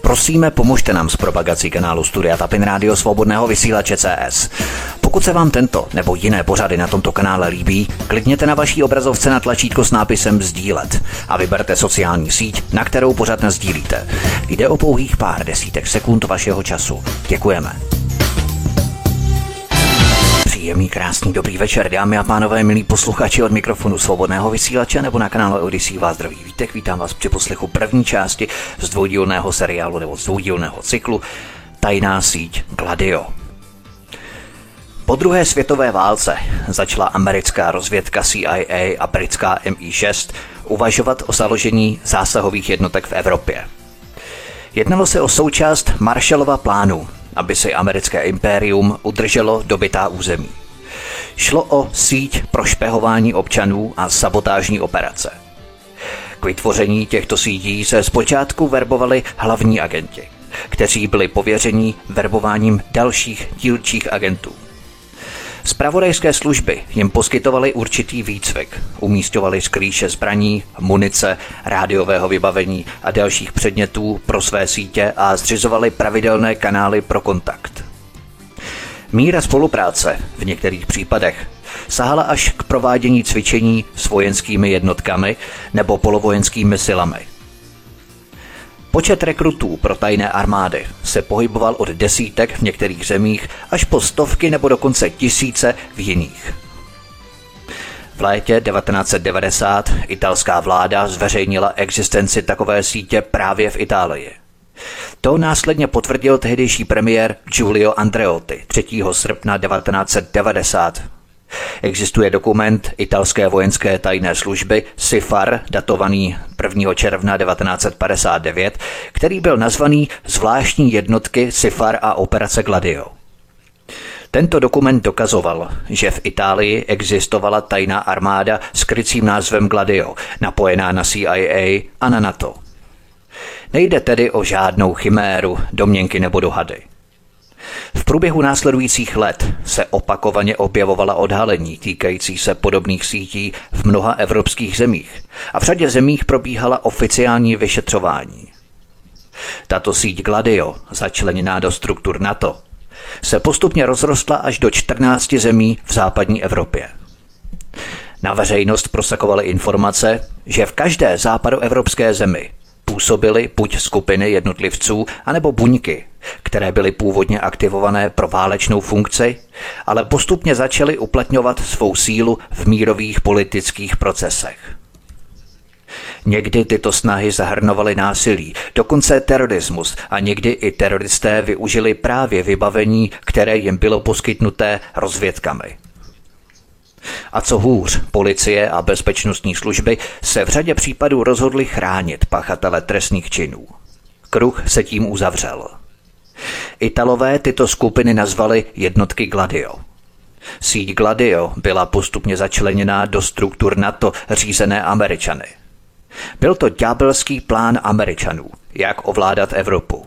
Prosíme, pomožte nám s propagací kanálu Studia Tapin Rádio Svobodného vysílače CS. Pokud se vám tento nebo jiné pořady na tomto kanále líbí, klikněte na vaší obrazovce na tlačítko s nápisem sdílet a vyberte sociální síť, na kterou pořad nasdílíte. Jde o pouhých pár desítek sekund vašeho času. Děkujeme. Příjemný, krásný, dobrý večer, dámy a pánové, milí posluchači, od mikrofonu Svobodného vysílače nebo na kanále Odyssey vás zdraví Vítek. Vítám vás při poslechu první části z dvoudílného seriálu nebo z dvoudílného cyklu Tajná síť Gladio. Po druhé světové válce začala americká rozvědka CIA a britská MI6 uvažovat o založení zásahových jednotek v Evropě. Jednalo se o součást Marshallova plánu, aby si americké impérium udrželo dobytá území. Šlo o síť pro špehování občanů a sabotážní operace. K vytvoření těchto sítí se zpočátku verbovali hlavní agenti, kteří byli pověřeni verbováním dalších dílčích agentů. Zpravodajské služby jim poskytovaly určitý výcvik, umísťovaly skrýše zbraní, munice, rádiového vybavení a dalších předmětů pro své sítě a zřizovaly pravidelné kanály pro kontakt. Míra spolupráce v některých případech sahala až k provádění cvičení s vojenskými jednotkami nebo polovojenskými silami. Počet rekrutů pro tajné armády se pohyboval od desítek v některých zemích až po stovky nebo dokonce tisíce v jiných. V létě 1990 italská vláda zveřejnila existenci takové sítě právě v Itálii. To následně potvrdil tehdejší premiér Giulio Andreotti 3. srpna 1990. Existuje dokument italské vojenské tajné služby SIFAR, datovaný 1. června 1959, který byl nazvaný Zvláštní jednotky SIFAR a operace Gladio. Tento dokument dokazoval, že v Itálii existovala tajná armáda s krycím názvem Gladio, napojená na CIA a na NATO. Nejde tedy o žádnou chiméru, domněnky nebo dohady. V průběhu následujících let se opakovaně objevovala odhalení týkající se podobných sítí v mnoha evropských zemích a v řadě zemích probíhala oficiální vyšetřování. Tato síť Gladio, začleněná do struktur NATO, se postupně rozrostla až do 14 zemí v západní Evropě. Na veřejnost prosakovaly informace, že v každé západoevropské zemi působily buď skupiny jednotlivců, anebo buňky, které byly původně aktivované pro válečnou funkci, ale postupně začaly uplatňovat svou sílu v mírových politických procesech. Někdy tyto snahy zahrnovaly násilí, dokonce terorismus a někdy i teroristé využili právě vybavení, které jim bylo poskytnuté rozvědkami. A co hůř, policie a bezpečnostní služby se v řadě případů rozhodly chránit pachatele trestných činů. Kruh se tím uzavřel. Italové tyto skupiny nazvali jednotky Gladio. Síť Gladio byla postupně začleněná do struktur NATO řízené Američany. Byl to ďábelský plán Američanů, jak ovládat Evropu.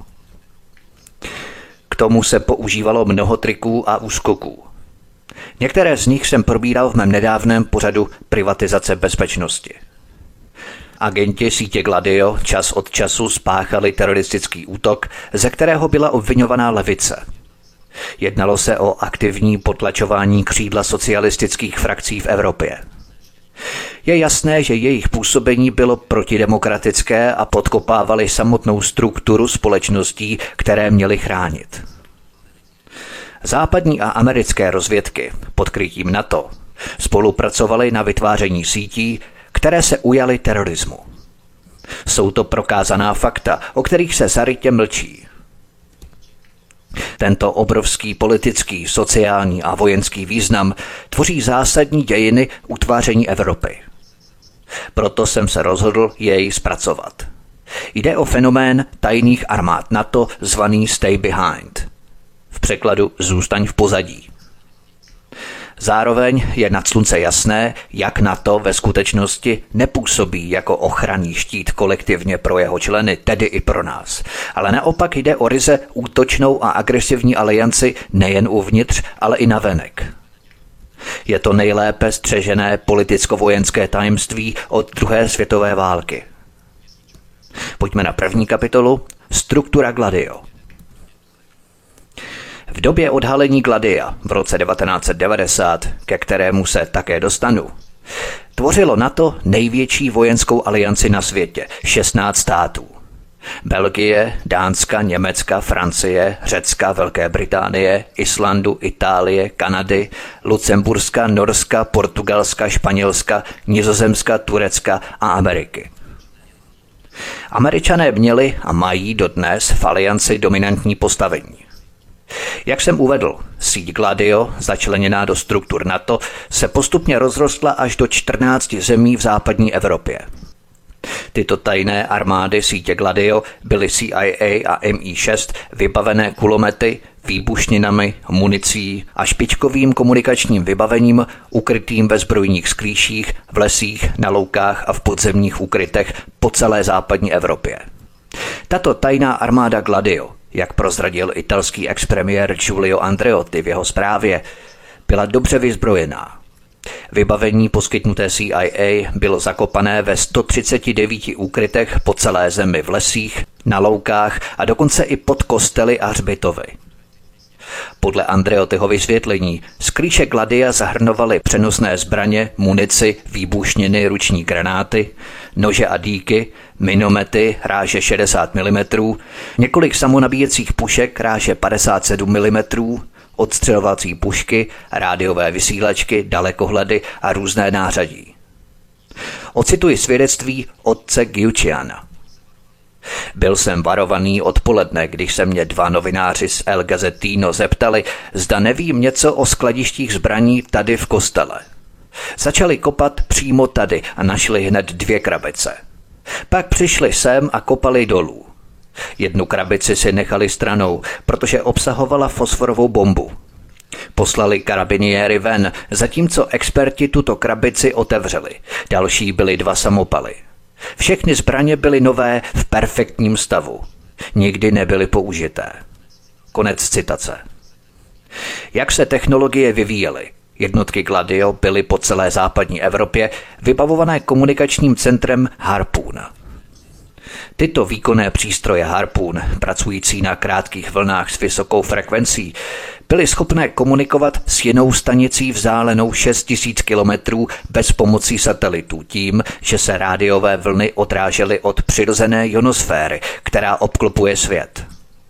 K tomu se používalo mnoho triků a úskoků. Některé z nich jsem probíral v mém nedávném pořadu Privatizace bezpečnosti. Agenti sítě Gladio čas od času spáchali teroristický útok, ze kterého byla obviňovaná levice. Jednalo se o aktivní potlačování křídla socialistických frakcí v Evropě. Je jasné, že jejich působení bylo protidemokratické a podkopávali samotnou strukturu společností, které měly chránit. Západní a americké rozvědky pod krytím NATO spolupracovaly na vytváření sítí, které se ujaly terorismu. Jsou to prokázaná fakta, o kterých se zarytě mlčí. Tento obrovský politický, sociální a vojenský význam tvoří zásadní dějiny utváření Evropy. Proto jsem se rozhodl jej zpracovat. Jde o fenomén tajných armád NATO zvaný Stay Behind. V překladu Zůstaň v pozadí. Zároveň je nad slunce jasné, jak NATO ve skutečnosti nepůsobí jako ochranný štít kolektivně pro jeho členy, tedy i pro nás, ale naopak jde o ryze útočnou a agresivní alianci nejen uvnitř, ale i navenek. Je to nejlépe střežené politicko-vojenské tajemství od druhé světové války. Pojďme na první kapitolu, Struktura Gladio. V době odhalení Gladia v roce 1990, ke kterému se také dostanu, tvořilo NATO největší vojenskou alianci na světě, 16 států. Belgie, Dánska, Německa, Francie, Řecka, Velké Británie, Islandu, Itálie, Kanady, Lucemburska, Norska, Portugalska, Španělska, Nizozemska, Turecka a Ameriky. Američané měli a mají dodnes v alianci dominantní postavení. Jak jsem uvedl, síť Gladio, začleněná do struktur NATO, se postupně rozrostla až do 14 zemí v západní Evropě. Tyto tajné armády sítě Gladio byly CIA a MI6 vybavené kulomety, výbušninami, municí a špičkovým komunikačním vybavením ukrytým ve zbrojních sklíších, v lesích, na loukách a v podzemních úkrytech po celé západní Evropě. Tato tajná armáda Gladio, jak prozradil italský expremiér Giulio Andreotti v jeho zprávě, byla dobře vyzbrojená. Vybavení poskytnuté CIA bylo zakopané ve 139 úkrytech po celé zemi v lesích, na loukách a dokonce i pod kostely a hřbitovy. Podle Andreottiho vysvětlení sklíše Gladia zahrnovaly přenosné zbraně, munici, výbušniny, ruční granáty, nože a dýky, minomety ráže 60 mm, několik samonabíjecích pušek ráže 57 mm, odstřelovací pušky, rádiové vysílačky, dalekohledy a různé nářadí. Ocituji svědectví otce Giucciana. Byl jsem varovaný odpoledne, když se mě 2 novináři z El Gazzettino zeptali, zda nevím něco o skladištích zbraní tady v kostele. Začali kopat přímo tady a našli hned 2 krabice. Pak přišli sem a kopali dolů. 1 krabici si nechali stranou, protože obsahovala fosforovou bombu. Poslali karabiniéry ven, zatímco experti tuto krabici otevřeli. Další byly 2 samopaly. Všechny zbraně byly nové v perfektním stavu. Nikdy nebyly použité. Konec citace. Jak se technologie vyvíjely? Jednotky Gladio byly po celé západní Evropě vybavované komunikačním centrem Harpoon. Tyto výkonné přístroje Harpoon, pracující na krátkých vlnách s vysokou frekvencí, byly schopné komunikovat s jinou stanicí vzdálenou 6000 kilometrů bez pomocí satelitů tím, že se rádiové vlny odrážely od přirozené ionosféry, která obklopuje svět.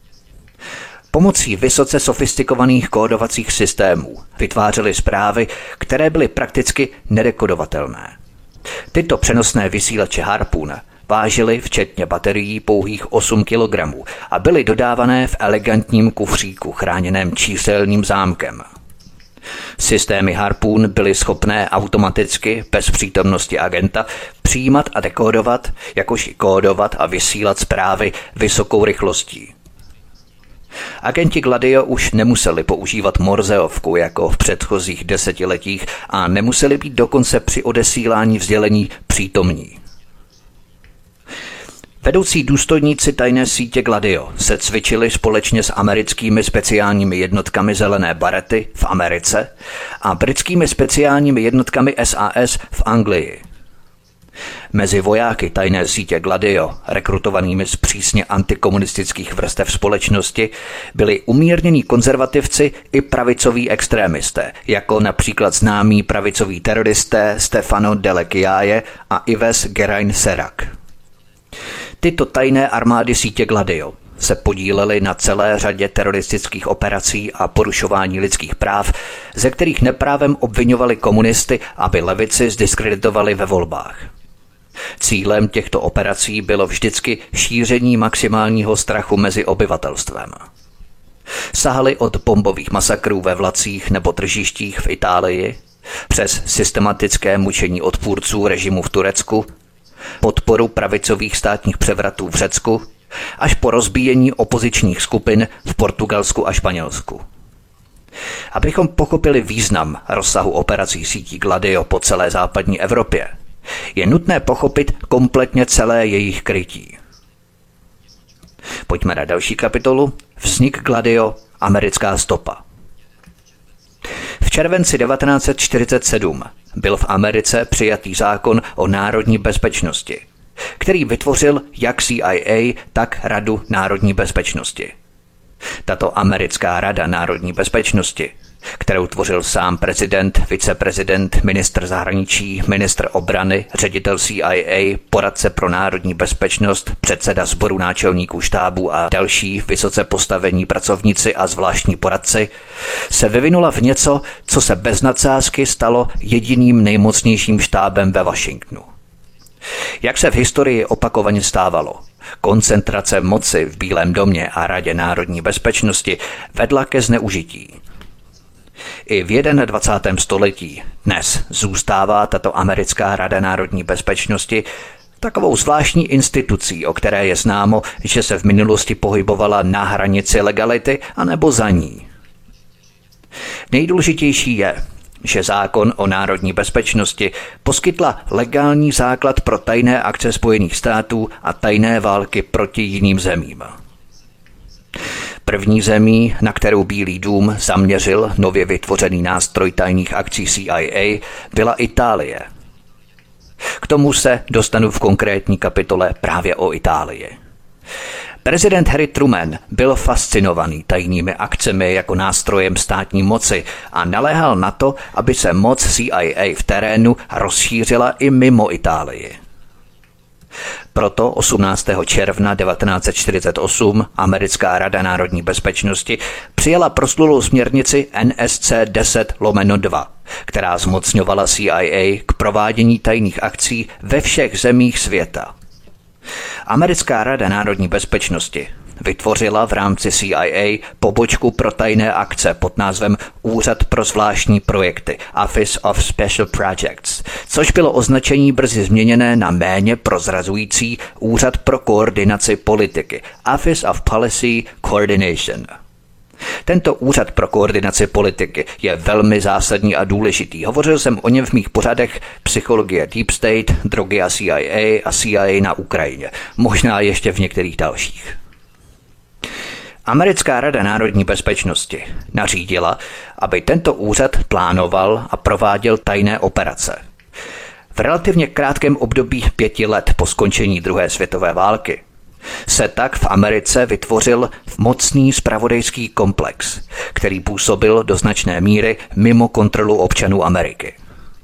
Pomocí vysoce sofistikovaných kódovacích systémů vytvářely zprávy, které byly prakticky nedekodovatelné. Tyto přenosné vysílače Harpoon vážily včetně baterií pouhých 8 kg a byly dodávané v elegantním kufříku chráněném číselným zámkem. Systémy Harpoon byly schopné automaticky, bez přítomnosti agenta, přijímat a dekódovat, jakož i kódovat a vysílat zprávy vysokou rychlostí. Agenti Gladio už nemuseli používat morzeovku jako v předchozích desetiletích a nemuseli být dokonce při odesílání sdělení přítomní. Vedoucí důstojníci tajné sítě Gladio se cvičili společně s americkými speciálními jednotkami Zelené barety v Americe a britskými speciálními jednotkami SAS v Anglii. Mezi vojáky tajné sítě Gladio, rekrutovanými z přísně antikomunistických vrstev společnosti, byli umírnění konzervativci i pravicoví extrémisté, jako například známí pravicoví teroristé Stefano Delle Chiaie a Yves Geraint Serac. Tyto tajné armády sítě Gladio se podílely na celé řadě teroristických operací a porušování lidských práv, ze kterých neprávem obviňovali komunisty, aby levici zdiskreditovali ve volbách. Cílem těchto operací bylo vždycky šíření maximálního strachu mezi obyvatelstvem. Sahali od bombových masakrů ve vlacích nebo tržištích v Itálii, přes systematické mučení odpůrců režimu v Turecku, podporu pravicových státních převratů v Řecku, až po rozbíjení opozičních skupin v Portugalsku a Španělsku. Abychom pochopili význam rozsahu operací sítí Gladio po celé západní Evropě, je nutné pochopit kompletně celé jejich krytí. Pojďme na další kapitolu. Vznik Gladio, americká stopa. V červenci 1947 byl v Americe přijatý zákon o národní bezpečnosti, který vytvořil jak CIA, tak Radu národní bezpečnosti. Tato americká Rada národní bezpečnosti, kterou tvořil sám prezident, viceprezident, ministr zahraničí, ministr obrany, ředitel CIA, poradce pro národní bezpečnost, předseda sboru náčelníků štábů a další vysoce postavení pracovníci a zvláštní poradci, se vyvinula v něco, co se bez nadsázky stalo jediným nejmocnějším štábem ve Washingtonu. Jak se v historii opakovaně stávalo, koncentrace moci v Bílém domě a Radě národní bezpečnosti vedla ke zneužití. I v 21. století dnes zůstává tato americká Rada národní bezpečnosti takovou zvláštní institucí, o které je známo, že se v minulosti pohybovala na hranici legality anebo za ní. Nejdůležitější je, že zákon o národní bezpečnosti poskytla legální základ pro tajné akce Spojených států a tajné války proti jiným zemím. První zemí, na kterou Bílý dům zaměřil nově vytvořený nástroj tajných akcí CIA, byla Itálie. K tomu se dostanu v konkrétní kapitole právě o Itálii. Prezident Harry Truman byl fascinovaný tajnými akcemi jako nástrojem státní moci a naléhal na to, aby se moc CIA v terénu rozšířila i mimo Itálii. Proto 18. června 1948 americká Rada národní bezpečnosti přijala proslulou směrnici NSC 10/2, která zmocňovala CIA k provádění tajných akcí ve všech zemích světa. Americká Rada národní bezpečnosti vytvořila v rámci CIA pobočku pro tajné akce pod názvem Úřad pro zvláštní projekty Office of Special Projects, což bylo označení brzy změněné na méně prozrazující Úřad pro koordinaci politiky Office of Policy Coordination. Tento úřad pro koordinaci politiky je velmi zásadní a důležitý. Hovořil jsem o něm v mých pořadech Psychologie Deep State, Drogy a CIA na Ukrajině, možná ještě v některých dalších. Americká Rada národní bezpečnosti nařídila, aby tento úřad plánoval a prováděl tajné operace. V relativně krátkém období 5 let po skončení druhé světové války se tak v Americe vytvořil mocný zpravodajský komplex, který působil do značné míry mimo kontrolu občanů Ameriky.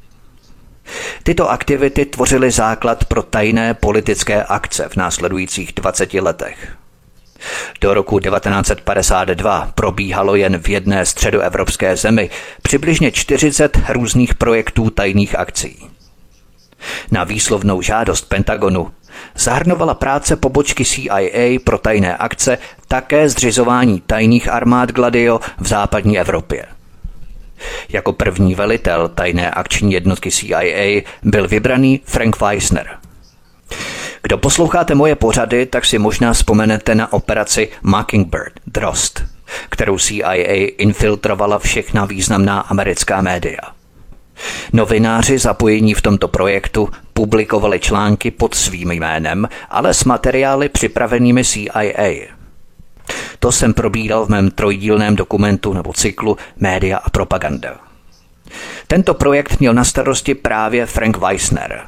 Tyto aktivity tvořily základ pro tajné politické akce v následujících 20 letech. Do roku 1952 probíhalo jen v jedné středoevropské zemi přibližně 40 různých projektů tajných akcí. Na výslovnou žádost Pentagonu zahrnovala práce pobočky CIA pro tajné akce také zřizování tajných armád Gladio v západní Evropě. Jako první velitel tajné akční jednotky CIA byl vybraný Frank Weissner. Kdo posloucháte moje pořady, tak si možná vzpomenete na operaci Mockingbird, Drost, kterou CIA infiltrovala všechna významná americká média. Novináři zapojení v tomto projektu publikovali články pod svým jménem, ale s materiály připravenými CIA. To jsem probíral v mém trojdílném dokumentu nebo cyklu Média a propaganda. Tento projekt měl na starosti právě Frank Weissner.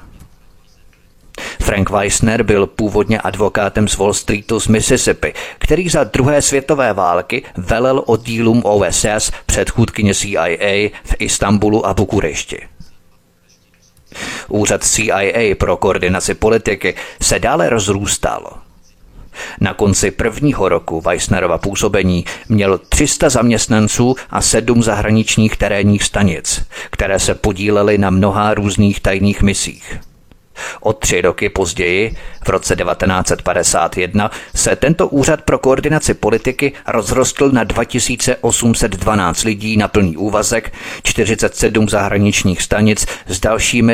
Frank Weissner byl původně advokátem z Wall Streetu z Mississippi, který za druhé světové války velel oddílům OSS předchůdkyně CIA v Istanbulu a Bukurešti. Úřad CIA pro koordinaci politiky se dále rozrůstal. Na konci prvního roku Weissnerova působení měl 300 zaměstnanců a 7 zahraničních terénních stanic, které se podílely na mnoha různých tajných misích. O 3 roky později, v roce 1951, se tento úřad pro koordinaci politiky rozrostl na 2812 lidí na plný úvazek, 47 zahraničních stanic s dalšími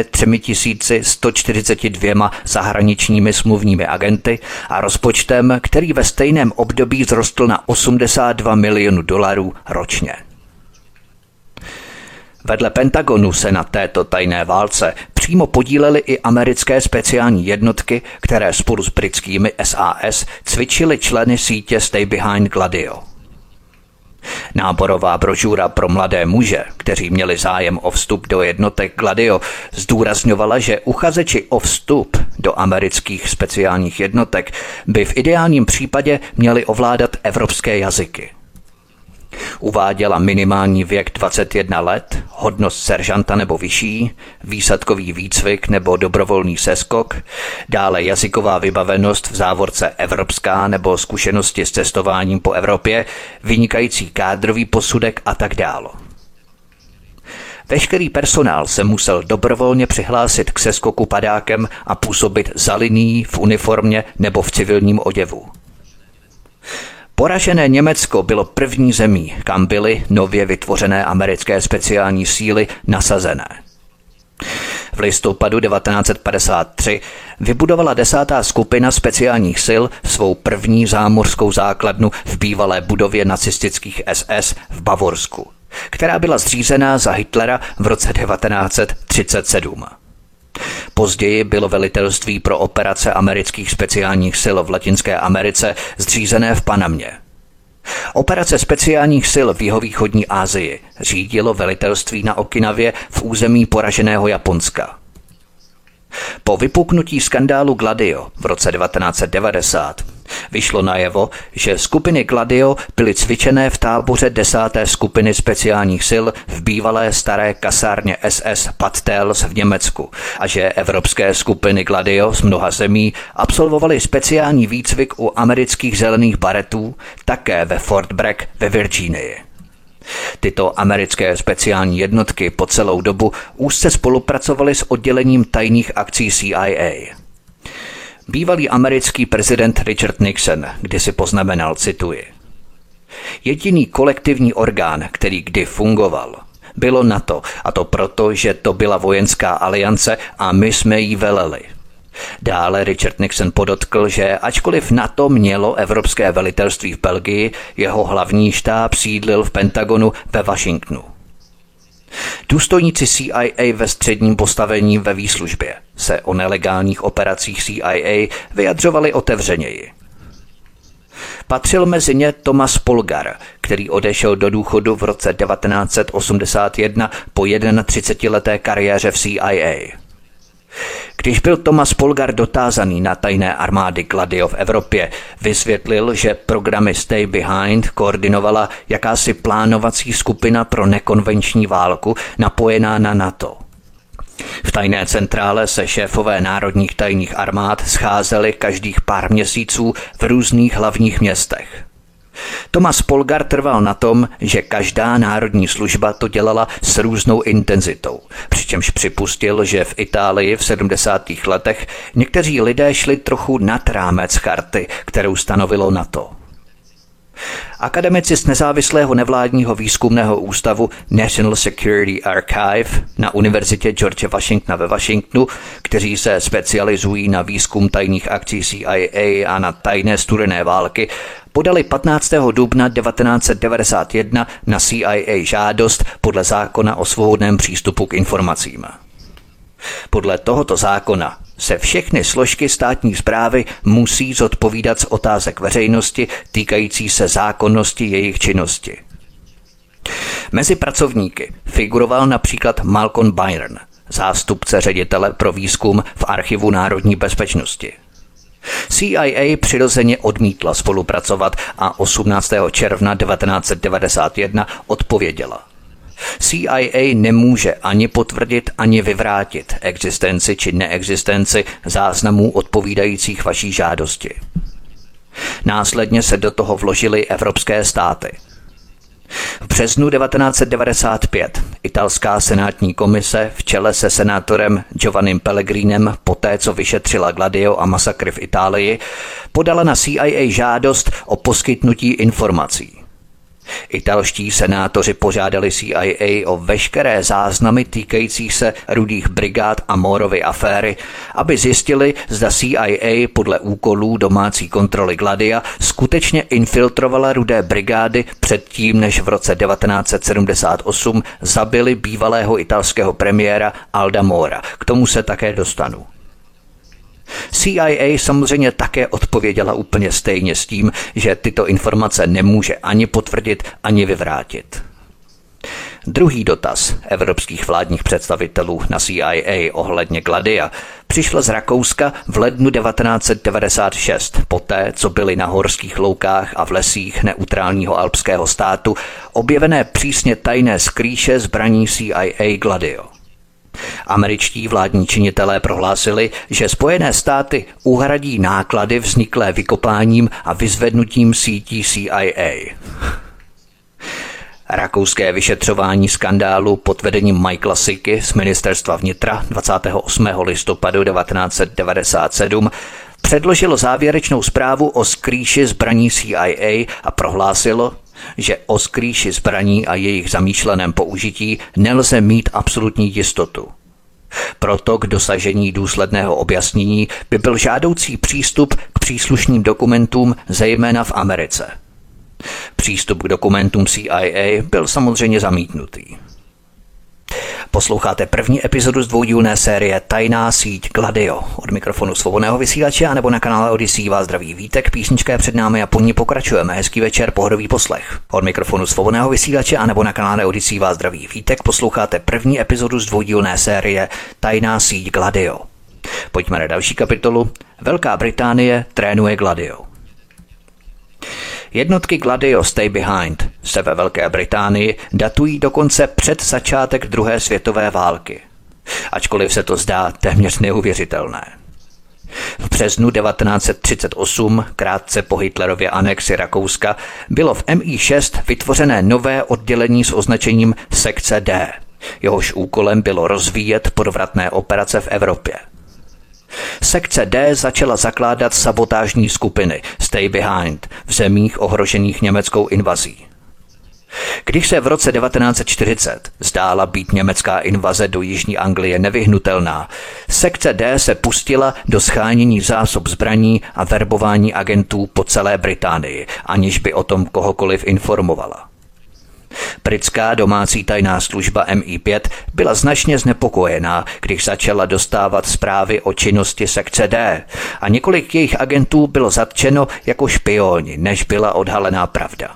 3142 zahraničními smluvními agenty a rozpočtem, který ve stejném období vzrostl na $82 milionů ročně. Vedle Pentagonu se na této tajné válce přímo podílely i americké speciální jednotky, které spolu s britskými SAS cvičily členy sítě Stay Behind Gladio. Náborová brožura pro mladé muže, kteří měli zájem o vstup do jednotek Gladio, zdůrazňovala, že uchazeči o vstup do amerických speciálních jednotek by v ideálním případě měli ovládat evropské jazyky. Uváděla minimální věk 21 let, hodnost seržanta nebo vyšší, výsadkový výcvik nebo dobrovolný seskok, dále jazyková vybavenost v závorce evropská nebo zkušenosti s cestováním po Evropě, vynikající kádrový posudek a tak dále. Veškerý personál se musel dobrovolně přihlásit k seskoku padákem a působit za linií v uniformě nebo v civilním oděvu. Poražené Německo bylo první zemí, kam byly nově vytvořené americké speciální síly nasazené. V listopadu 1953 vybudovala 10. skupina speciálních sil svou první zámořskou základnu v bývalé budově nacistických SS v Bavorsku, která byla zřízená za Hitlera v roce 1937. Později bylo velitelství pro operace amerických speciálních sil v Latinské Americe zřízené v Panamě. Operace speciálních sil v jihovýchodní Asii řídilo velitelství na Okinavě v území poraženého Japonska. Po vypuknutí skandálu Gladio v roce 1990 vyšlo najevo, že skupiny Gladio byly cvičené v táboře 10. skupiny speciálních sil v bývalé staré kasárně SS Bad Tels v Německu a že evropské skupiny Gladio z mnoha zemí absolvovaly speciální výcvik u amerických zelených baretů také ve Fort Bragg ve Virginii. Tyto americké speciální jednotky po celou dobu úzce spolupracovaly s oddělením tajných akcí CIA. Bývalý americký prezident Richard Nixon kdysi poznamenal, cituji: "Jediný kolektivní orgán, který kdy fungoval, bylo NATO, a to proto, že to byla vojenská aliance a my jsme jí veleli." Dále Richard Nixon podotkl, že ačkoliv NATO mělo evropské velitelství v Belgii, jeho hlavní štáb sídlil v Pentagonu ve Washingtonu. Důstojníci CIA ve středním postavení ve výslužbě se o nelegálních operacích CIA vyjadřovali otevřeněji. Patřil mezi ně Thomas Polgar, který odešel do důchodu v roce 1981 po 31leté kariéře v CIA. Když byl Thomas Polgar dotázaný na tajné armády Gladio v Evropě, vysvětlil, že programy Stay Behind koordinovala jakási plánovací skupina pro nekonvenční válku napojená na NATO. V tajné centrále se šéfové národních tajných armád scházeli každých pár měsíců v různých hlavních městech. Thomas Polgar trval na tom, že každá národní služba to dělala s různou intenzitou, přičemž připustil, že v Itálii v 70. letech někteří lidé šli trochu nad rámec charty, kterou stanovilo NATO. Akademici z nezávislého nevládního výzkumného ústavu National Security Archive na Univerzitě George Washingtona ve Washingtonu, kteří se specializují na výzkum tajných akcí CIA a na tajné studené války, podali 15. dubna 1991 na CIA žádost podle zákona o svobodném přístupu k informacím. Podle tohoto zákona se všechny složky státní správy musí zodpovídat z otázek veřejnosti týkající se zákonnosti jejich činnosti. Mezi pracovníky figuroval například Malcolm Byrne, zástupce ředitele pro výzkum v Archivu národní bezpečnosti. CIA přirozeně odmítla spolupracovat a 18. června 1991 odpověděla: CIA nemůže ani potvrdit, ani vyvrátit existenci či neexistenci záznamů odpovídajících vaší žádosti. Následně se do toho vložily evropské státy. V březnu 1995 italská senátní komise v čele se senátorem Giovannim Pellegrinem poté, co vyšetřila Gladio a masakry v Itálii, podala na CIA žádost o poskytnutí informací. Italští senátoři požádali CIA o veškeré záznamy týkající se Rudých brigád a Moorovy aféry, aby zjistili, zda CIA podle úkolů domácí kontroly Gladia skutečně infiltrovala Rudé brigády předtím, než v roce 1978 zabili bývalého italského premiéra Alda Mora. K tomu se také dostanu. CIA samozřejmě také odpověděla úplně stejně s tím, že tyto informace nemůže ani potvrdit, ani vyvrátit. Druhý dotaz evropských vládních představitelů na CIA ohledně Gladia přišel z Rakouska v lednu 1996, poté, co byly na horských loukách a v lesích neutrálního alpského státu objevené přísně tajné skrýše zbraní CIA Gladio. Američtí vládní činitelé prohlásili, že Spojené státy uhradí náklady vzniklé vykopáním a vyzvednutím sítí CIA. Rakouské vyšetřování skandálu pod vedením Michaela Siky z ministerstva vnitra 28. listopadu 1997 předložilo závěrečnou zprávu o skrýši zbraní CIA a prohlásilo, že o skrýši zbraní a jejich zamýšleném použití nelze mít absolutní jistotu. Proto k dosažení důsledného objasnění by byl žádoucí přístup k příslušným dokumentům, zejména v Americe. Přístup k dokumentům CIA byl samozřejmě zamítnutý. Posloucháte první epizodu z dvoudílné série Tajná síť Gladio. Od mikrofonu Svobodného vysílače a nebo na kanále Odyssey vás zdraví Vítek, písnička je před námi a po ní pokračujeme. Hezký večer, pohodový poslech. Od mikrofonu Svobodného vysílače a nebo na kanále Odyssey vás zdraví Vítek, posloucháte první epizodu z dvoudílné série Tajná síť Gladio. Pojďme na další kapitolu. Velká Británie trénuje Gladio. Jednotky Gladio Stay Behind se ve Velké Británii datují dokonce před začátek druhé světové války, ačkoliv se to zdá téměř neuvěřitelné. V březnu 1938, krátce po Hitlerově anexi Rakouska, bylo v MI6 vytvořené nové oddělení s označením Sekce D. Jehož úkolem bylo rozvíjet podvratné operace v Evropě. Sekce D začala zakládat sabotážní skupiny Stay Behind v zemích ohrožených německou invazí. Když se v roce 1940 zdála být německá invaze do jižní Anglie nevyhnutelná, sekce D se pustila do shánění zásob zbraní a verbování agentů po celé Británii, aniž by o tom kohokoliv informovala. Britská domácí tajná služba MI5 byla značně znepokojená, když začala dostávat zprávy o činnosti sekce D a několik jejich agentů bylo zatčeno jako špioni, než byla odhalená pravda.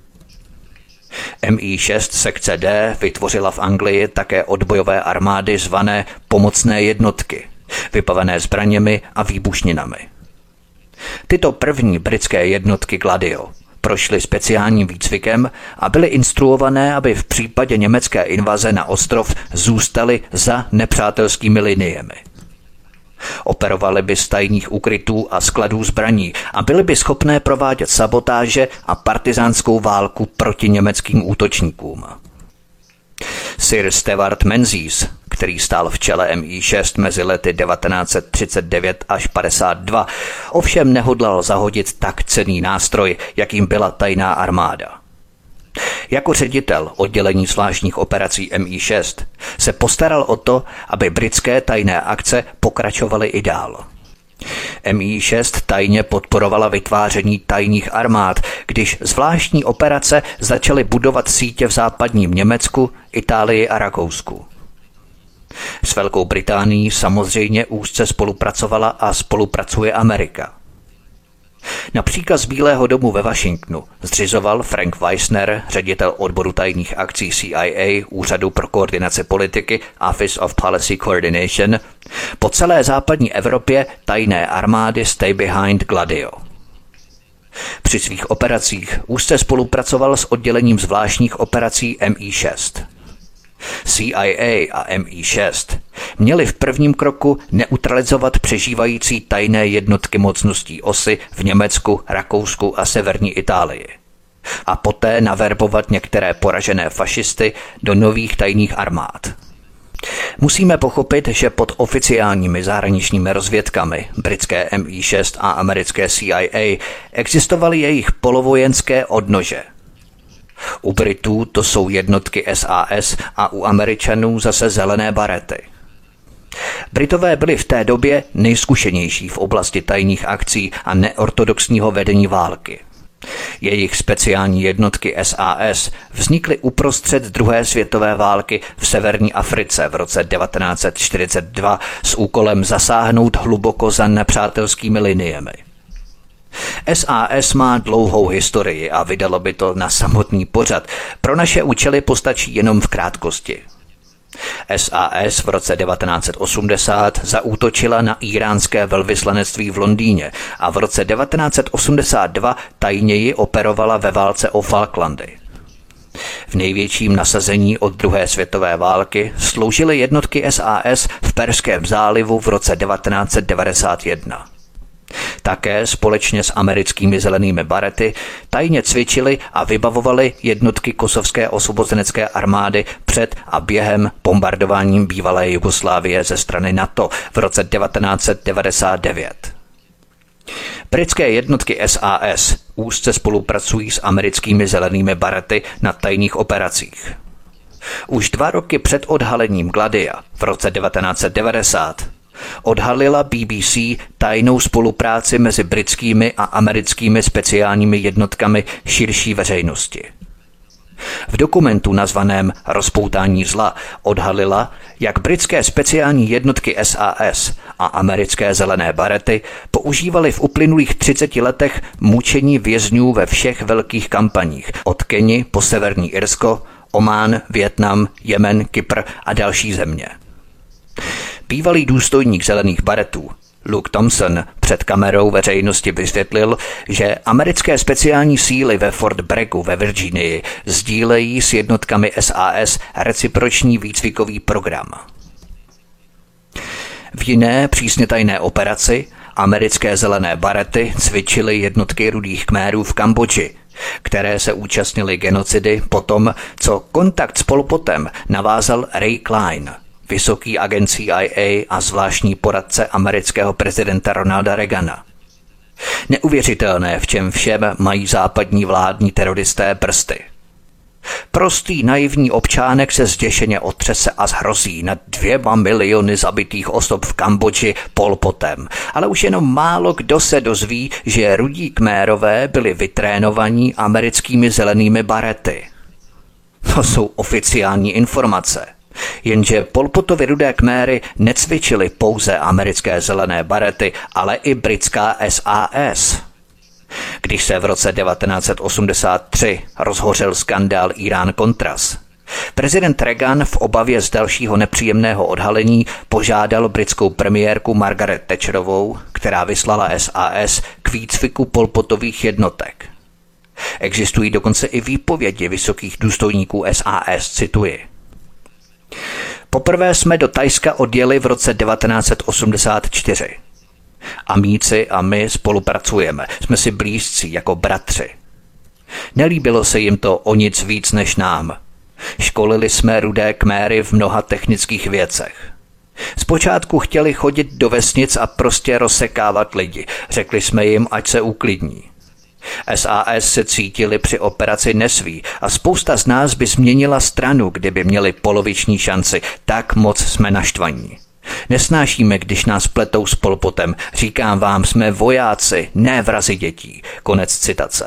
MI6 sekce D vytvořila v Anglii také odbojové armády zvané pomocné jednotky, vybavené zbraněmi a výbušninami. Tyto první britské jednotky Gladio prošly speciálním výcvikem a byly instruované, aby v případě německé invaze na ostrov zůstaly za nepřátelskými liniemi. Operovaly by z tajných úkrytů a skladů zbraní a byly by schopné provádět sabotáže a partizánskou válku proti německým útočníkům. Sir Stewart Menzies, který stál v čele MI6 mezi lety 1939 až 52, ovšem nehodlal zahodit tak cenný nástroj, jakým byla tajná armáda. Jako ředitel oddělení zvláštních operací MI6 se postaral o to, aby britské tajné akce pokračovaly i dál. MI6 tajně podporovala vytváření tajných armád, když zvláštní operace začaly budovat sítě v západním Německu, Itálii a Rakousku. S Velkou Británií samozřejmě úzce spolupracovala a spolupracuje Amerika. Na příkaz Bílého domu ve Washingtonu zřizoval Frank Weissner, ředitel odboru tajných akcí CIA, Úřadu pro koordinaci politiky, Office of Policy Coordination, po celé západní Evropě tajné armády Stay Behind Gladio. Při svých operacích úzce spolupracoval s oddělením zvláštních operací MI6. CIA a MI6 měli v prvním kroku neutralizovat přežívající tajné jednotky mocností osy v Německu, Rakousku a severní Itálii a poté naverbovat některé poražené fašisty do nových tajných armád. Musíme pochopit, že pod oficiálními zahraničními rozvědkami britské MI6 a americké CIA existovaly jejich polovojenské odnože. U Britů to jsou jednotky SAS a u Američanů zase zelené barety. Britové byli v té době nejzkušenější v oblasti tajných akcí a neortodoxního vedení války. Jejich speciální jednotky SAS vznikly uprostřed druhé světové války v severní Africe v roce 1942 s úkolem zasáhnout hluboko za nepřátelskými liniemi. SAS má dlouhou historii a vydalo by to na samotný pořad. Pro naše účely postačí jenom v krátkosti. SAS v roce 1980 zaútočila na íránské velvyslanectví v Londýně a v roce 1982 tajněji operovala ve válce o Falklandy. V největším nasazení od druhé světové války sloužily jednotky SAS v Perském zálivu v roce 1991. Také společně s americkými zelenými barety tajně cvičili a vybavovali jednotky kosovské osvobozenecké armády před a během bombardováním bývalé Jugoslávie ze strany NATO v roce 1999. Britské jednotky SAS úzce spolupracují s americkými zelenými barety na tajných operacích. Už 2 roky před odhalením Gladia v roce 1990 odhalila BBC tajnou spolupráci mezi britskými a americkými speciálními jednotkami širší veřejnosti. V dokumentu nazvaném Rozpoutání zla odhalila, jak britské speciální jednotky SAS a americké zelené barety používaly v uplynulých 30 letech mučení vězňů ve všech velkých kampaních, od Keni po Severní Irsko, Omán, Vietnam, Jemen, Kypr a další země. Bývalý důstojník zelených baretů Luke Thompson před kamerou veřejnosti vysvětlil, že americké speciální síly ve Fort Braggu ve Virginii sdílejí s jednotkami SAS reciproční výcvikový program. V jiné přísně tajné operaci americké zelené barety cvičily jednotky Rudých Khmerů v Kambodži, které se účastnily genocidy potom, co kontakt s Pol Potem navázal Ray Klein, vysoký agent CIA a zvláštní poradce amerického prezidenta Ronalda Reagana. Neuvěřitelné, v čem všem mají západní vládní teroristé prsty. Prostý naivní občánek se zděšeně otřese a zhrozí nad 2 miliony zabitých osob v Kambodži Pol Potem, ale už jenom málo kdo se dozví, že Rudí Khmerové byli vytrénovaní americkými zelenými barety. To jsou oficiální informace. Jenže Pol Potovi Rudé Khmery necvičili pouze americké zelené barety, ale i britská SAS. Když se v roce 1983 rozhořel skandál Irán-Contras, prezident Reagan v obavě z dalšího nepříjemného odhalení požádal britskou premiérku Margaret Thatcherovou, která vyslala SAS k výcviku Pol Potových jednotek. Existují dokonce i výpovědi vysokých důstojníků SAS, cituji. Poprvé jsme do Thajska odjeli v roce 1984. Amíci a my spolupracujeme, jsme si blízcí jako bratři. Nelíbilo se jim to o nic víc než nám. Školili jsme Rudé Khmery v mnoha technických věcech. Zpočátku chtěli chodit do vesnic a prostě rozsekávat lidi. Řekli jsme jim, ať se uklidní. SAS se cítili při operaci nesví a spousta z nás by změnila stranu, kdyby měli poloviční šanci. Tak moc jsme naštvaní. Nesnášíme, když nás pletou s Pol Potem. Říkám vám, jsme vojáci, ne vrazi dětí. Konec citace.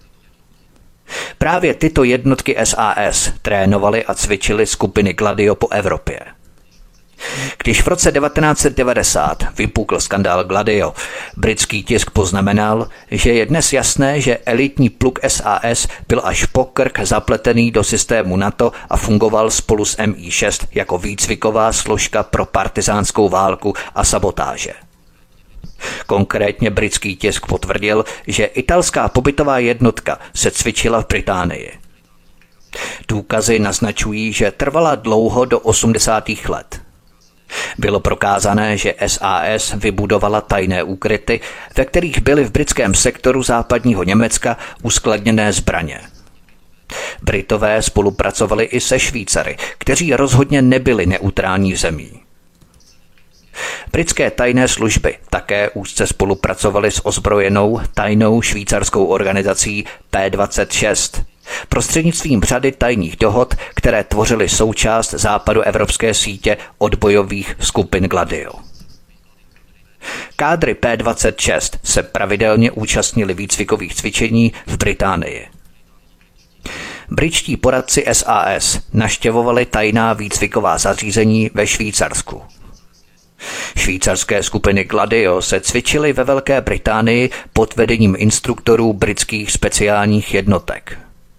Právě tyto jednotky SAS trénovaly a cvičily skupiny Gladio po Evropě. Když v roce 1990 vypukl skandál Gladio, britský tisk poznamenal, že je dnes jasné, že elitní pluk SAS byl až po krk zapletený do systému NATO a fungoval spolu s MI6 jako výcviková složka pro partizánskou válku a sabotáže. Konkrétně britský tisk potvrdil, že italská pobytová jednotka se cvičila v Británii. Důkazy naznačují, že trvala dlouho do 80. let. Bylo prokázané, že SAS vybudovala tajné úkryty, ve kterých byly v britském sektoru západního Německa uskladněné zbraně. Britové spolupracovali i se Švýcary, kteří rozhodně nebyli neutrální zemí. Britské tajné služby také úzce spolupracovaly s ozbrojenou tajnou švýcarskou organizací P26, prostřednictvím řady tajných dohod, které tvořily součást západoevropské sítě odbojových skupin Gladio. Kádry P-26 se pravidelně účastnili výcvikových cvičení v Británii. Britští poradci SAS navštěvovali tajná výcviková zařízení ve Švýcarsku. Švýcarské skupiny Gladio se cvičily ve Velké Británii pod vedením instruktorů britských speciálních jednotek.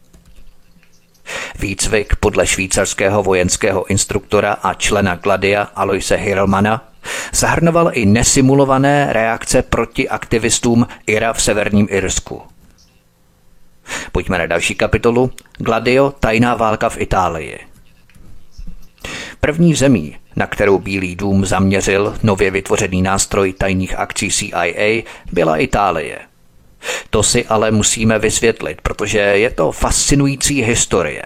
Výcvik podle švýcarského vojenského instruktora a člena Gladia Aloise Hirlmana zahrnoval i nesimulované reakce proti aktivistům IRA v severním Irsku. Pojďme na další kapitolu. Gladio, tajná válka v Itálii. První zemí, na kterou Bílý dům zaměřil nově vytvořený nástroj tajných akcí CIA, byla Itálie. To si ale musíme vysvětlit, protože je to fascinující historie.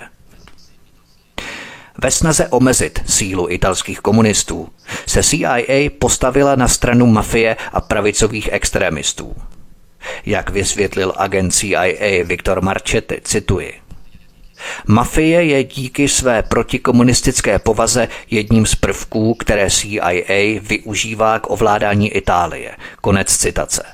Ve snaze omezit sílu italských komunistů se CIA postavila na stranu mafie a pravicových extremistů. Jak vysvětlil agent CIA Victor Marchetti, cituji: Mafie je díky své protikomunistické povaze jedním z prvků, které CIA využívá k ovládání Itálie. Konec citace.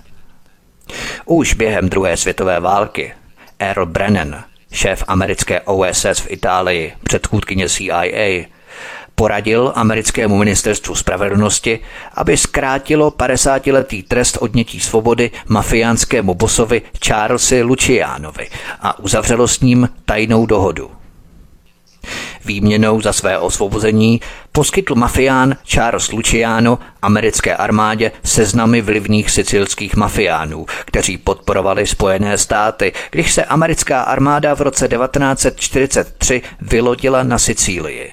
Už během druhé světové války Earl Brennan, šéf americké OSS v Itálii, předchůdkyně CIA, poradil americkému ministerstvu spravedlnosti, aby zkrátilo 50letý trest odnětí svobody mafiánskému bosovi Charlesi Lucianovi a uzavřelo s ním tajnou dohodu. Výměnou za své osvobození poskytl mafián Charles Luciano americké armádě seznamy vlivných sicilských mafiánů, kteří podporovali Spojené státy, když se americká armáda v roce 1943 vylodila na Sicílii.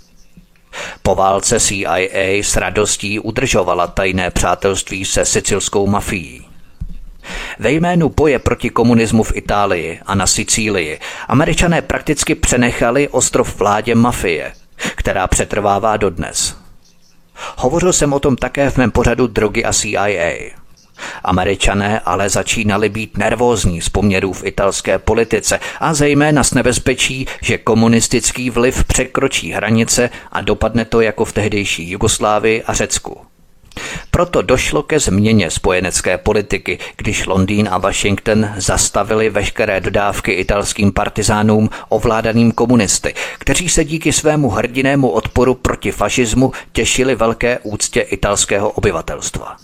Po válce CIA s radostí udržovala tajné přátelství se sicilskou mafií. Ve jménu boje proti komunismu v Itálii a na Sicílii Američané prakticky přenechali ostrov vládě mafie, která přetrvává dodnes. Hovořil jsem o tom také v mém pořadu Drogy a CIA. Američané ale začínali být nervózní z poměrů v italské politice a zejména s nebezpečí, že komunistický vliv překročí hranice a dopadne to jako v tehdejší Jugoslávii a Řecku. Proto došlo ke změně spojenecké politiky, když Londýn a Washington zastavili veškeré dodávky italským partizánům ovládaným komunisty, kteří se díky svému hrdinnému odporu proti fašismu těšili velké úctě italského obyvatelstva.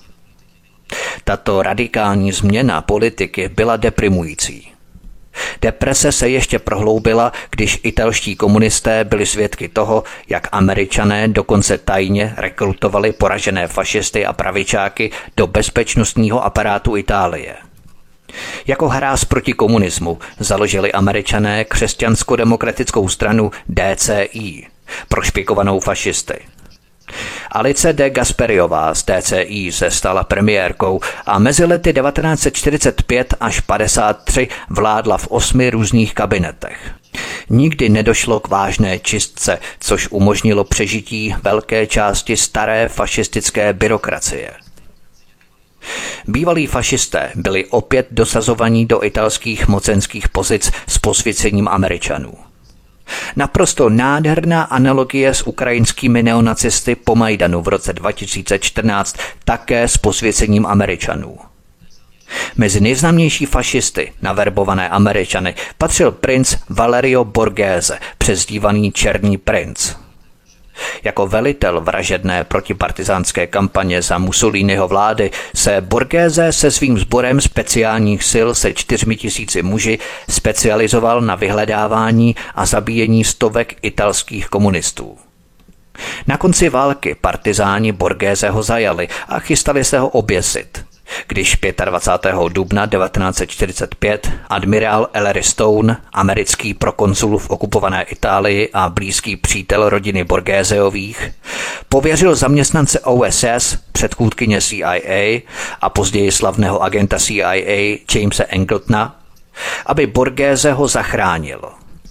Tato radikální změna politiky byla deprimující. Deprese se ještě prohloubila, když italští komunisté byli svědky toho, jak Američané dokonce tajně rekrutovali poražené fašisty a pravičáky do bezpečnostního aparátu Itálie. Jako hráz proti komunismu založili Američané křesťansko-demokratickou stranu DCI, prošpikovanou fašisty. Alice de Gasperiová z DCI se stala premiérkou a mezi lety 1945 až 1953 vládla v 8 různých kabinetech. Nikdy nedošlo k vážné čistce, což umožnilo přežití velké části staré fašistické byrokracie. Bývalí fašisté byli opět dosazovaní do italských mocenských pozic s posvěcením Američanů. Naprosto nádherná analogie s ukrajinskými neonacisty po Majdanu v roce 2014, také s posvěcením Američanů. Mezi nejznámější fašisty naverbované Američany patřil princ Valerio Borghese, přezdívaný Černý princ. Jako velitel vražedné protipartizánské kampaně za Mussoliniho vlády se Borghese se svým sborem speciálních sil se 4 000 muži specializoval na vyhledávání a zabíjení stovek italských komunistů. Na konci války partizáni Borgheseho zajali a chystali se ho oběsit, když 25. dubna 1945 admirál Ellery Stone, americký prokonsul v okupované Itálii a blízký přítel rodiny Borgheseových, pověřil zaměstnance OSS, předchůdkyně CIA a později slavného agenta CIA Jamese Angletona, aby Borgheseho zachránil.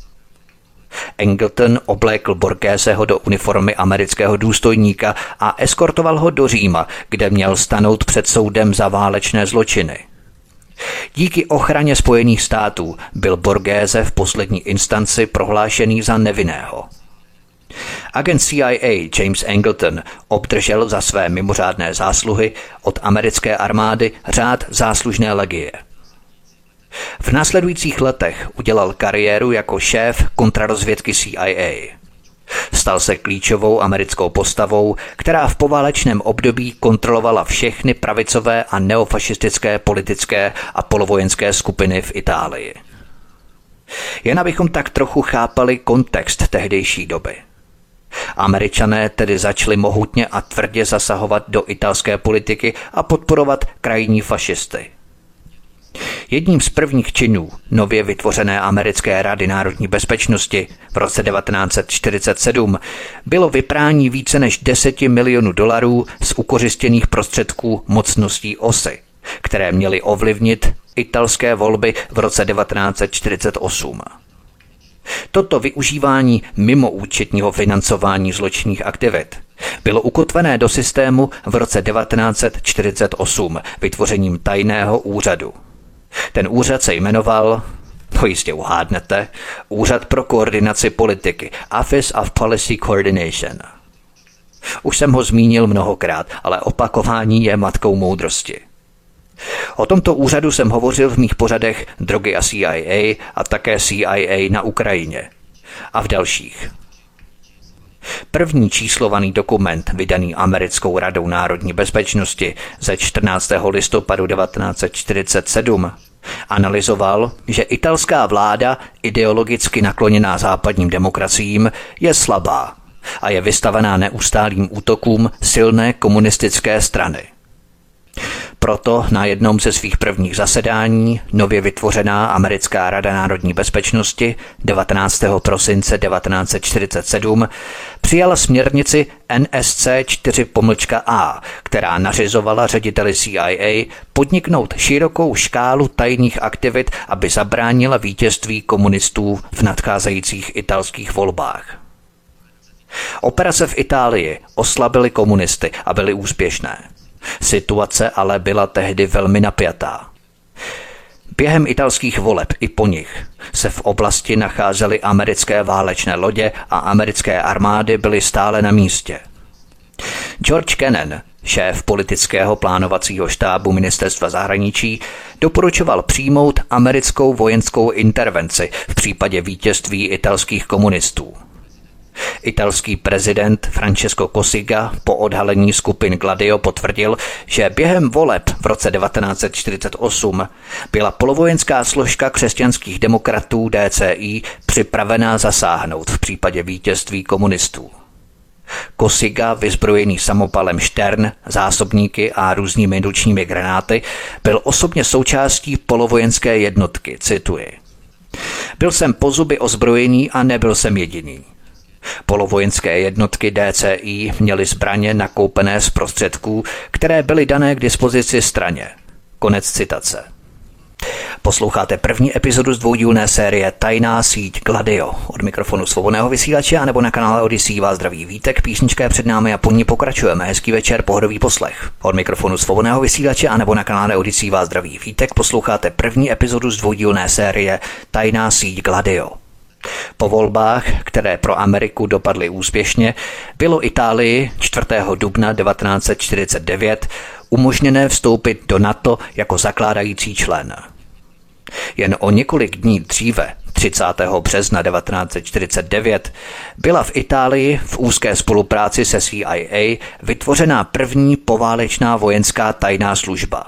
Angleton oblékl Borgheseho do uniformy amerického důstojníka a eskortoval ho do Říma, kde měl stanout před soudem za válečné zločiny. Díky ochraně Spojených států byl Borghese v poslední instanci prohlášený za nevinného. Agent CIA James Angleton obdržel za své mimořádné zásluhy od americké armády řád záslužné legie. V následujících letech udělal kariéru jako šéf kontrarozvědky CIA. Stal se klíčovou americkou postavou, která v poválečném období kontrolovala všechny pravicové a neofašistické politické a polovojenské skupiny v Itálii. Jen abychom tak trochu chápali kontext tehdejší doby. Američané tedy začali mohutně a tvrdě zasahovat do italské politiky a podporovat krajní fašisty. Jedním z prvních činů nově vytvořené americké Rady národní bezpečnosti v roce 1947 bylo vyprání více než $10 milionů z ukořistěných prostředků mocností OSY, které měly ovlivnit italské volby v roce 1948. Toto využívání mimoúčetního financování zločinných aktivit bylo ukotvené do systému v roce 1948 vytvořením tajného úřadu. Ten úřad se jmenoval, to jistě uhádnete, Úřad pro koordinaci politiky, Office of Policy Coordination. Už jsem ho zmínil mnohokrát, ale opakování je matkou moudrosti. O tomto úřadu jsem hovořil v mých pořadech Drogy a CIA a také CIA na Ukrajině a v dalších. První číslovaný dokument, vydaný americkou Radou národní bezpečnosti ze 14. listopadu 1947, analyzoval, že italská vláda, ideologicky nakloněná západním demokraciím, je slabá a je vystavená neustálým útokům silné komunistické strany. Proto na jednom ze svých prvních zasedání nově vytvořená americká Rada národní bezpečnosti 19. prosince 1947 přijala směrnici NSC 4-A, která nařizovala řediteli CIA podniknout širokou škálu tajných aktivit, aby zabránila vítězství komunistů v nadcházejících italských volbách. Operace v Itálii oslabily komunisty a byly úspěšné. Situace ale byla tehdy velmi napjatá. Během italských voleb i po nich se v oblasti nacházely americké válečné lodě a americké armády byly stále na místě. George Kennan, šéf politického plánovacího štábu ministerstva zahraničí, doporučoval přijmout americkou vojenskou intervenci v případě vítězství italských komunistů. Italský prezident Francesco Cossiga po odhalení skupin Gladio potvrdil, že během voleb v roce 1948 byla polovojenská složka křesťanských demokratů DCI připravená zasáhnout v případě vítězství komunistů. Cossiga, vyzbrojený samopalem Stern, zásobníky a různými ručními granáty, byl osobně součástí polovojenské jednotky, cituji. Byl jsem po zuby ozbrojený a nebyl jsem jediný. Polovojenské jednotky DCI měly zbraně nakoupené z prostředků, které byly dané k dispozici straně. Konec citace. Posloucháte první epizodu z dvoudílné série Tajná síť Gladio. Od mikrofonu Svobodného vysílače a nebo na kanále Odyssey vás zdraví Vítek, písnička je před námi a po ní pokračujeme. Hezký večer, pohodový poslech. Od mikrofonu Svobodného vysílače a nebo na kanále Odyssey vás zdraví Vítek, posloucháte první epizodu z dvoudílné série Tajná síť Gladio. Po volbách, které pro Ameriku dopadly úspěšně, bylo Itálii 4. dubna 1949 umožněné vstoupit do NATO jako zakládající člen. Jen o několik dní dříve, 30. března 1949, byla v Itálii v úzké spolupráci se CIA vytvořena první poválečná vojenská tajná služba.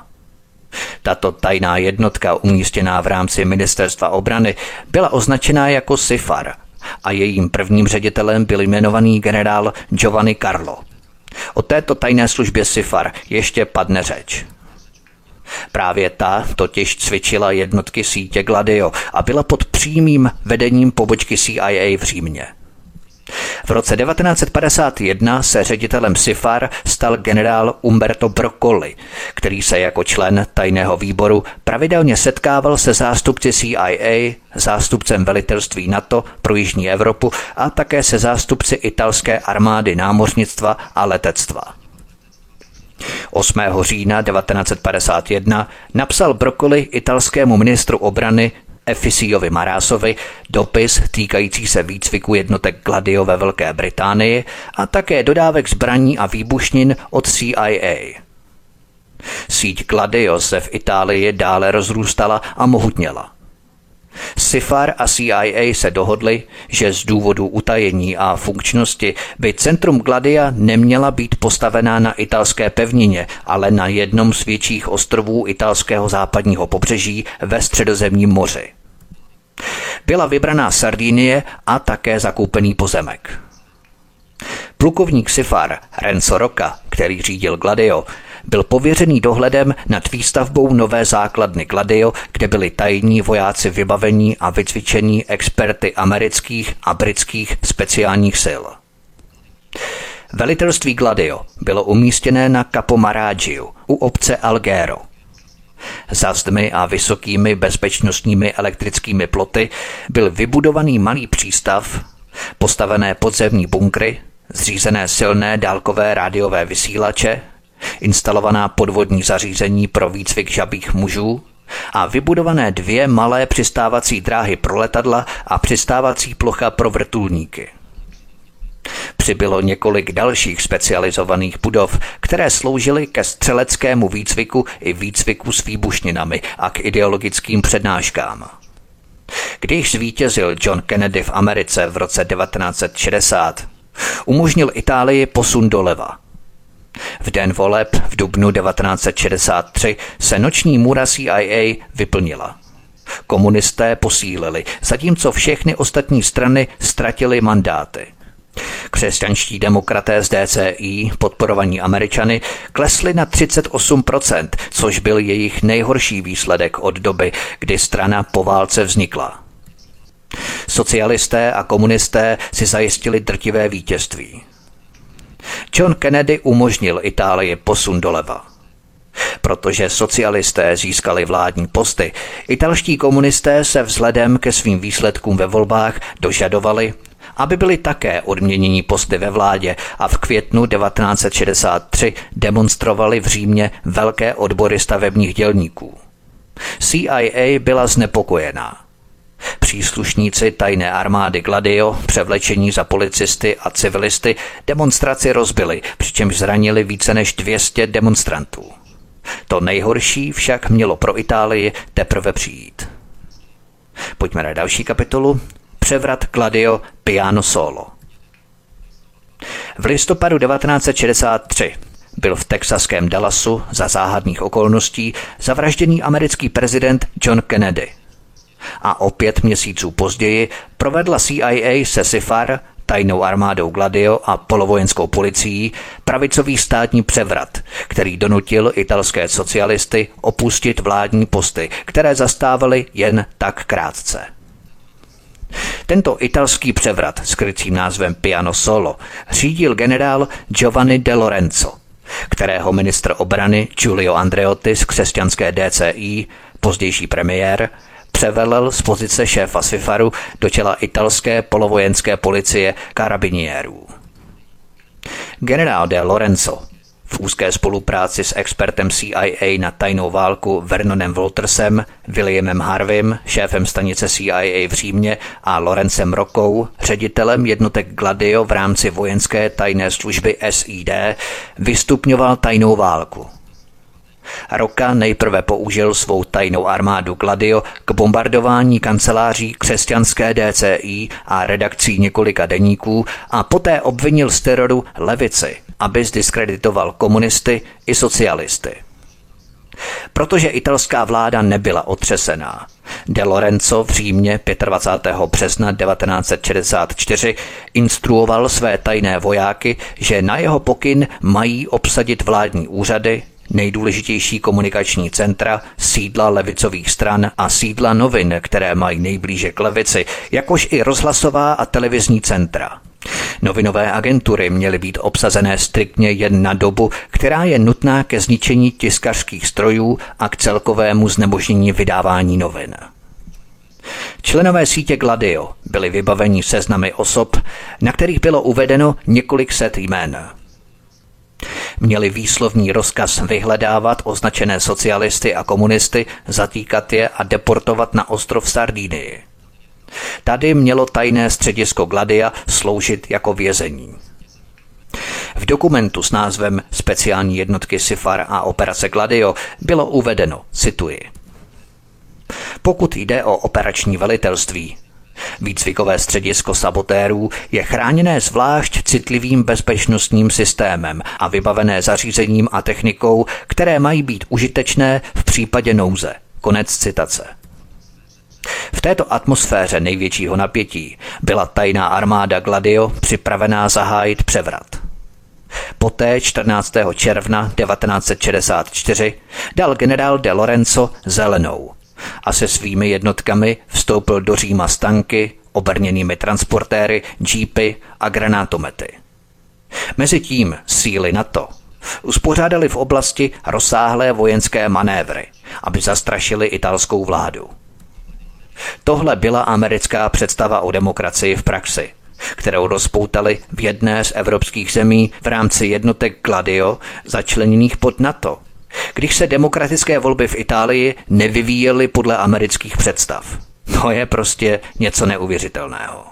Tato tajná jednotka umístěná v rámci ministerstva obrany byla označená jako SIFAR a jejím prvním ředitelem byl jmenovaný generál Giovanni Carlo. O této tajné službě SIFAR ještě padne řeč. Právě ta totiž cvičila jednotky sítě Gladio a byla pod přímým vedením pobočky CIA v Římě. V roce 1951 se ředitelem SIFAR stal generál Umberto Broccoli, který se jako člen tajného výboru pravidelně setkával se zástupci CIA, zástupcem velitelství NATO pro Jižní Evropu a také se zástupci italské armády námořnictva a letectva. 8. října 1951 napsal Broccoli italskému ministru obrany Effisiovi Marásovi dopis týkající se výcviku jednotek Gladio ve Velké Británii a také dodávek zbraní a výbušnin od CIA. Síť Gladio se v Itálii dále rozrůstala a mohutněla. SIFAR a CIA se dohodli, že z důvodu utajení a funkčnosti by centrum Gladia neměla být postavená na italské pevnině, ale na jednom z větších ostrovů italského západního pobřeží ve Středozemním moři. Byla vybraná Sardinie a také zakoupený pozemek. Plukovník SIFAR Renzo Rocca, který řídil Gladio, byl pověřený dohledem nad výstavbou nové základny Gladio, kde byli tajní vojáci vybavení a vycvičení experty amerických a britských speciálních sil. Velitelství Gladio bylo umístěné na Capo Maraggiu u obce Alghero. Za zdmi a vysokými bezpečnostními elektrickými ploty byl vybudovaný malý přístav, postavené podzemní bunkry, zřízené silné dálkové rádiové vysílače, instalovaná podvodní zařízení pro výcvik žabých mužů a vybudované 2 malé přistávací dráhy pro letadla a přistávací plocha pro vrtulníky. Přibylo několik dalších specializovaných budov, které sloužily ke střeleckému výcviku i výcviku s výbušninami a k ideologickým přednáškám. Když zvítězil John Kennedy v Americe v roce 1960, umožnil Itálii posun doleva. V den voleb v dubnu 1963 se noční můra CIA vyplnila. Komunisté posílili, zatímco všechny ostatní strany ztratily mandáty. Křesťanští demokraté z DCI, podporovaní Američany, klesli na 38%, což byl jejich nejhorší výsledek od doby, kdy strana po válce vznikla. Socialisté a komunisté si zajistili drtivé vítězství. John Kennedy umožnil Itálii posun doleva. Protože socialisté získali vládní posty, italští komunisté se vzhledem ke svým výsledkům ve volbách dožadovali, aby byli také odměněni posty ve vládě a v květnu 1963 demonstrovali v Římě velké odbory stavebních dělníků. CIA byla znepokojená. Příslušníci tajné armády Gladio, převlečení za policisty a civilisty, demonstraci rozbili, přičemž zranili více než 200 demonstrantů. To nejhorší však mělo pro Itálii teprve přijít. Pojďme na další kapitolu. Převrat Gladio Piano Solo. V listopadu 1963 byl v texaském Dallasu za záhadných okolností zavražděný americký prezident John Kennedy. A o 5 měsíců později provedla CIA se SIFAR, tajnou armádou Gladio a polovojenskou policií pravicový státní převrat, který donutil italské socialisty opustit vládní posty, které zastávali jen tak krátce. Tento italský převrat s krycím názvem Piano Solo řídil generál Giovanni De Lorenzo, kterého ministr obrany Giulio Andreotti z křesťanské DCI, pozdější premiér, převelel z pozice šéfa SIFARu do čela italské polovojenské policie karabiniérů. Generál De Lorenzo v úzké spolupráci s expertem CIA na tajnou válku Vernonem Waltersem, Williamem Harveym, šéfem stanice CIA v Římě a Lorencem Roccou, ředitelem jednotek Gladio v rámci vojenské tajné služby SID, vystupňoval tajnou válku. Rocca nejprve použil svou tajnou armádu Gladio k bombardování kanceláří křesťanské DCI a redakcí několika deníků a poté obvinil z teroru levici, aby zdiskreditoval komunisty i socialisty. Protože italská vláda nebyla otřesená, De Lorenzo v Římě 25. března 1964 instruoval své tajné vojáky, že na jeho pokyn mají obsadit vládní úřady, nejdůležitější komunikační centra, sídla levicových stran a sídla novin, které mají nejblíže k levici, jakož i rozhlasová a televizní centra. Novinové agentury měly být obsazené striktně jen na dobu, která je nutná ke zničení tiskařských strojů a k celkovému znemožnění vydávání novin. Členové sítě Gladio byli vybaveni seznamy osob, na kterých bylo uvedeno několik set jmen. měli výslovný rozkaz vyhledávat označené socialisty a komunisty, zatýkat je a deportovat na ostrov Sardinii. Tady mělo tajné středisko Gladia sloužit jako vězení. V dokumentu s názvem Speciální jednotky SIFAR a operace Gladio bylo uvedeno, cituji: Pokud jde o operační velitelství, výcvikové středisko sabotérů je chráněné zvlášť citlivým bezpečnostním systémem a vybavené zařízením a technikou, které mají být užitečné v případě nouze. Konec citace. V této atmosféře největšího napětí byla tajná armáda Gladio připravená zahájit převrat. Poté 14. června 1964 dal generál de Lorenzo zelenou a se svými jednotkami vstoupil do Říma s tanky, obrněnými transportéry, džípy a granátomety. Mezitím síly NATO uspořádali v oblasti rozsáhlé vojenské manévry, aby zastrašili italskou vládu. Tohle byla americká představa o demokracii v praxi, kterou rozpoutali v jedné z evropských zemí v rámci jednotek Gladio začleněných pod NATO, když se demokratické volby v Itálii nevyvíjely podle amerických představ. To je prostě něco neuvěřitelného.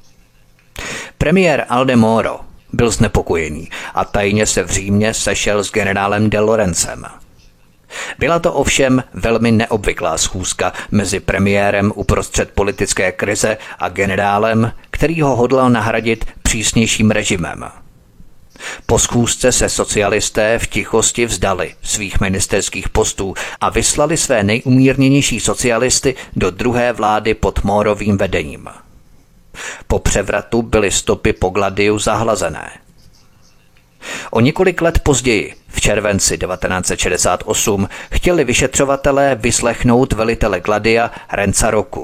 Premiér Aldo Moro byl znepokojený a tajně se v Římě sešel s generálem de Lorenzem. Byla to ovšem velmi neobvyklá schůzka mezi premiérem uprostřed politické krize a generálem, který ho hodlal nahradit přísnějším režimem. Po schůzce se socialisté v tichosti vzdali svých ministerských postů a vyslali své nejumírněnější socialisty do druhé vlády pod Morovým vedením. Po převratu byly stopy po Gladiu zahlazené. O několik let později, v červenci 1968, chtěli vyšetřovatelé vyslechnout velitele Gladia Renza Roccu.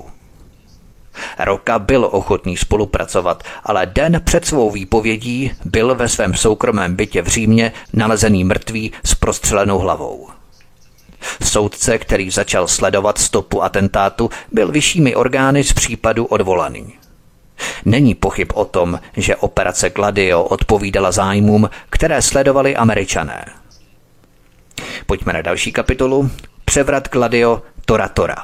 Rocca byl ochotný spolupracovat, ale den před svou výpovědí byl ve svém soukromém bytě v Římě nalezený mrtvý s prostřelenou hlavou. Soudce, který začal sledovat stopu atentátu, byl vyššími orgány z případu odvolaný. Není pochyb o tom, že operace Gladio odpovídala zájmům, které sledovali Američané. Pojďme na další kapitolu. Převrat Gladio Tora Tora.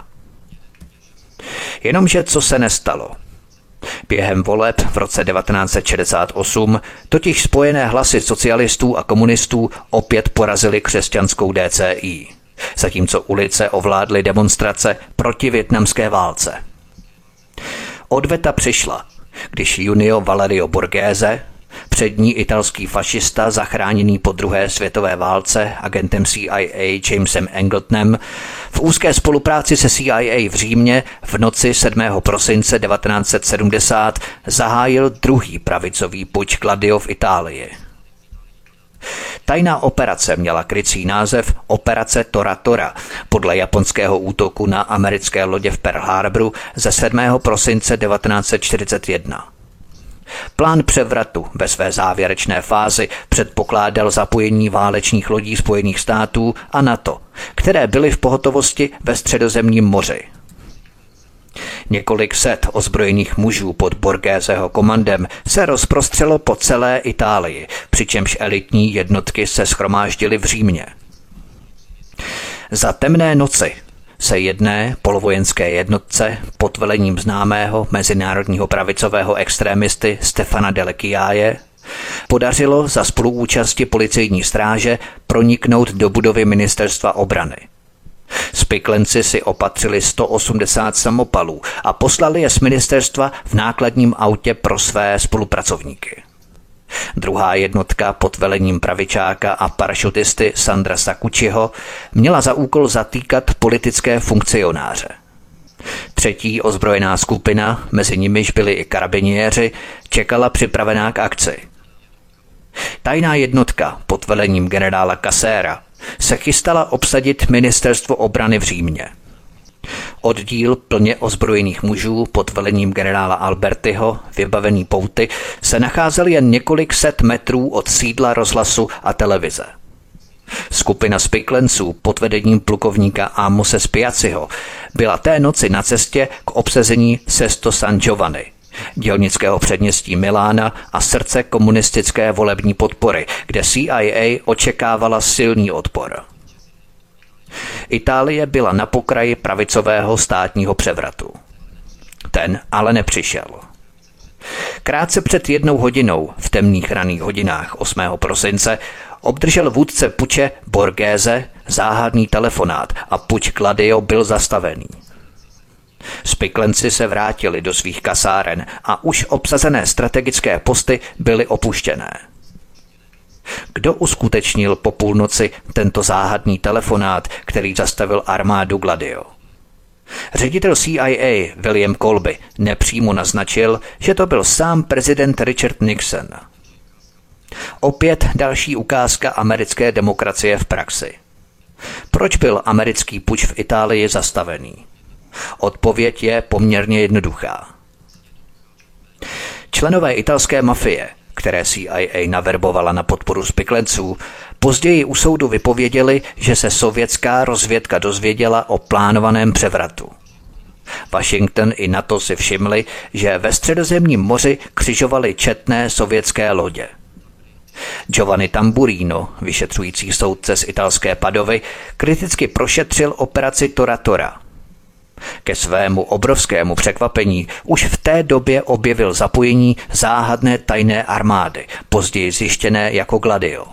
Jenomže co se nestalo? Během voleb v roce 1968 totiž spojené hlasy socialistů a komunistů opět porazily křesťanskou DCI, zatímco ulice ovládly demonstrace proti vietnamské válce. Odveta přišla, když Junio Valerio Borghese, přední italský fašista zachráněný po druhé světové válce agentem CIA Jamesem Engletonem, v úzké spolupráci se CIA v Římě v noci 7. prosince 1970 zahájil druhý pravicový puč Gladio v Itálii. Tajná operace měla krycí název Operace Tora Tora podle japonského útoku na americké lodě v Pearl Harboru ze 7. prosince 1941. Plán převratu ve své závěrečné fázi předpokládal zapojení válečných lodí Spojených států a NATO, které byly v pohotovosti ve Středozemním moři. Několik set ozbrojených mužů pod Borgheseho komandem se rozprostřelo po celé Itálii, přičemž elitní jednotky se shromáždily v Římě. Za temné noci se jedné polovojenské jednotce pod velením známého mezinárodního pravicového extrémisty Stefana Delle Chiaie podařilo za spoluúčasti policejní stráže proniknout do budovy ministerstva obrany. Spiklenci si opatřili 180 samopalů a poslali je z ministerstva v nákladním autě pro své spolupracovníky. Druhá jednotka pod velením pravičáka a parašutisty Sandra Saccucciho měla za úkol zatýkat politické funkcionáře. Třetí ozbrojená skupina, mezi nimiž byli i karabiniéři, čekala připravená k akci. Tajná jednotka pod velením generála Cassera se chystala obsadit ministerstvo obrany v Římě. Oddíl plně ozbrojených mužů pod velením generála Albertiho, vybavený pouty, se nacházel jen několik set metrů od sídla rozhlasu a televize. Skupina spiklenců pod vedením plukovníka Amose Spiazziho byla té noci na cestě k obsazení Sesto San Giovanni, dělnického předměstí Milána a srdce komunistické volební podpory, kde CIA očekávala silný odpor. Itálie byla na pokraji pravicového státního převratu. Ten ale nepřišel. Krátce před 1 hodinou v temných raných hodinách 8. prosince obdržel vůdce puče Borghese záhadný telefonát a puč Gladio byl zastavený. Spiklenci se vrátili do svých kasáren a už obsazené strategické posty byly opuštěné. Kdo uskutečnil po půlnoci tento záhadný telefonát, který zastavil armádu Gladio? Ředitel CIA William Colby nepřímo naznačil, že to byl sám prezident Richard Nixon. Opět další ukázka americké demokracie v praxi. Proč byl americký puč v Itálii zastavený? Odpověď je poměrně jednoduchá. Členové italské mafie, které CIA naverbovala na podporu spiklenců, později u soudu vypověděli, že se sovětská rozvědka dozvěděla o plánovaném převratu. Washington i NATO si všimli, že ve Středozemním moři křižovaly četné sovětské lodě. Giovanni Tamburino, vyšetřující soudce z italské Padovy, kriticky prošetřil operaci Tora Tora. Ke svému obrovskému překvapení už v té době objevil zapojení záhadné tajné armády, později zjištěné jako Gladio.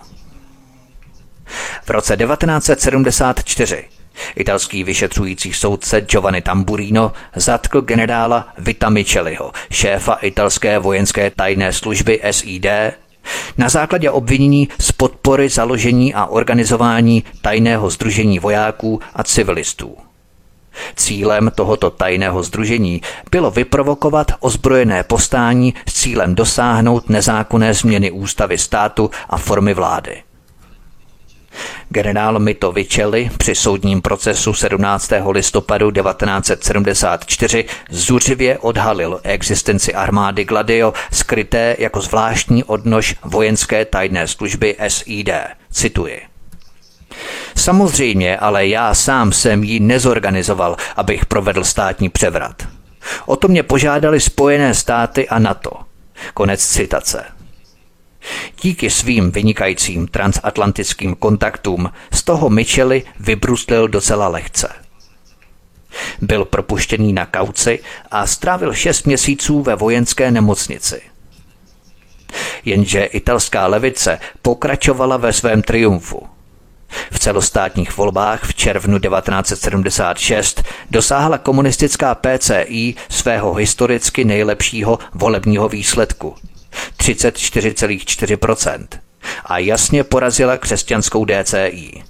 V roce 1974 italský vyšetřující soudce Giovanni Tamburino zatkl generála Vita Miceliho, šéfa italské vojenské tajné služby SID, na základě obvinění z podpory založení a organizování tajného sdružení vojáků a civilistů. Cílem tohoto tajného sdružení bylo vyprovokovat ozbrojené povstání s cílem dosáhnout nezákonné změny ústavy státu a formy vlády. Generál Mito Vicelli při soudním procesu 17. listopadu 1974 zuřivě odhalil existenci armády Gladio skryté jako zvláštní odnož vojenské tajné služby SID. Cituji. Samozřejmě, ale já sám jsem ji nezorganizoval, abych provedl státní převrat. O to mě požádali Spojené státy a NATO. Konec citace. Díky svým vynikajícím transatlantickým kontaktům z toho Miceli vybruslil docela lehce. Byl propuštěný na kauci a strávil 6 měsíců ve vojenské nemocnici. Jenže italská levice pokračovala ve svém triumfu. V celostátních volbách v červnu 1976 dosáhla komunistická PCI svého historicky nejlepšího volebního výsledku 34,4% a jasně porazila křesťanskou DCI.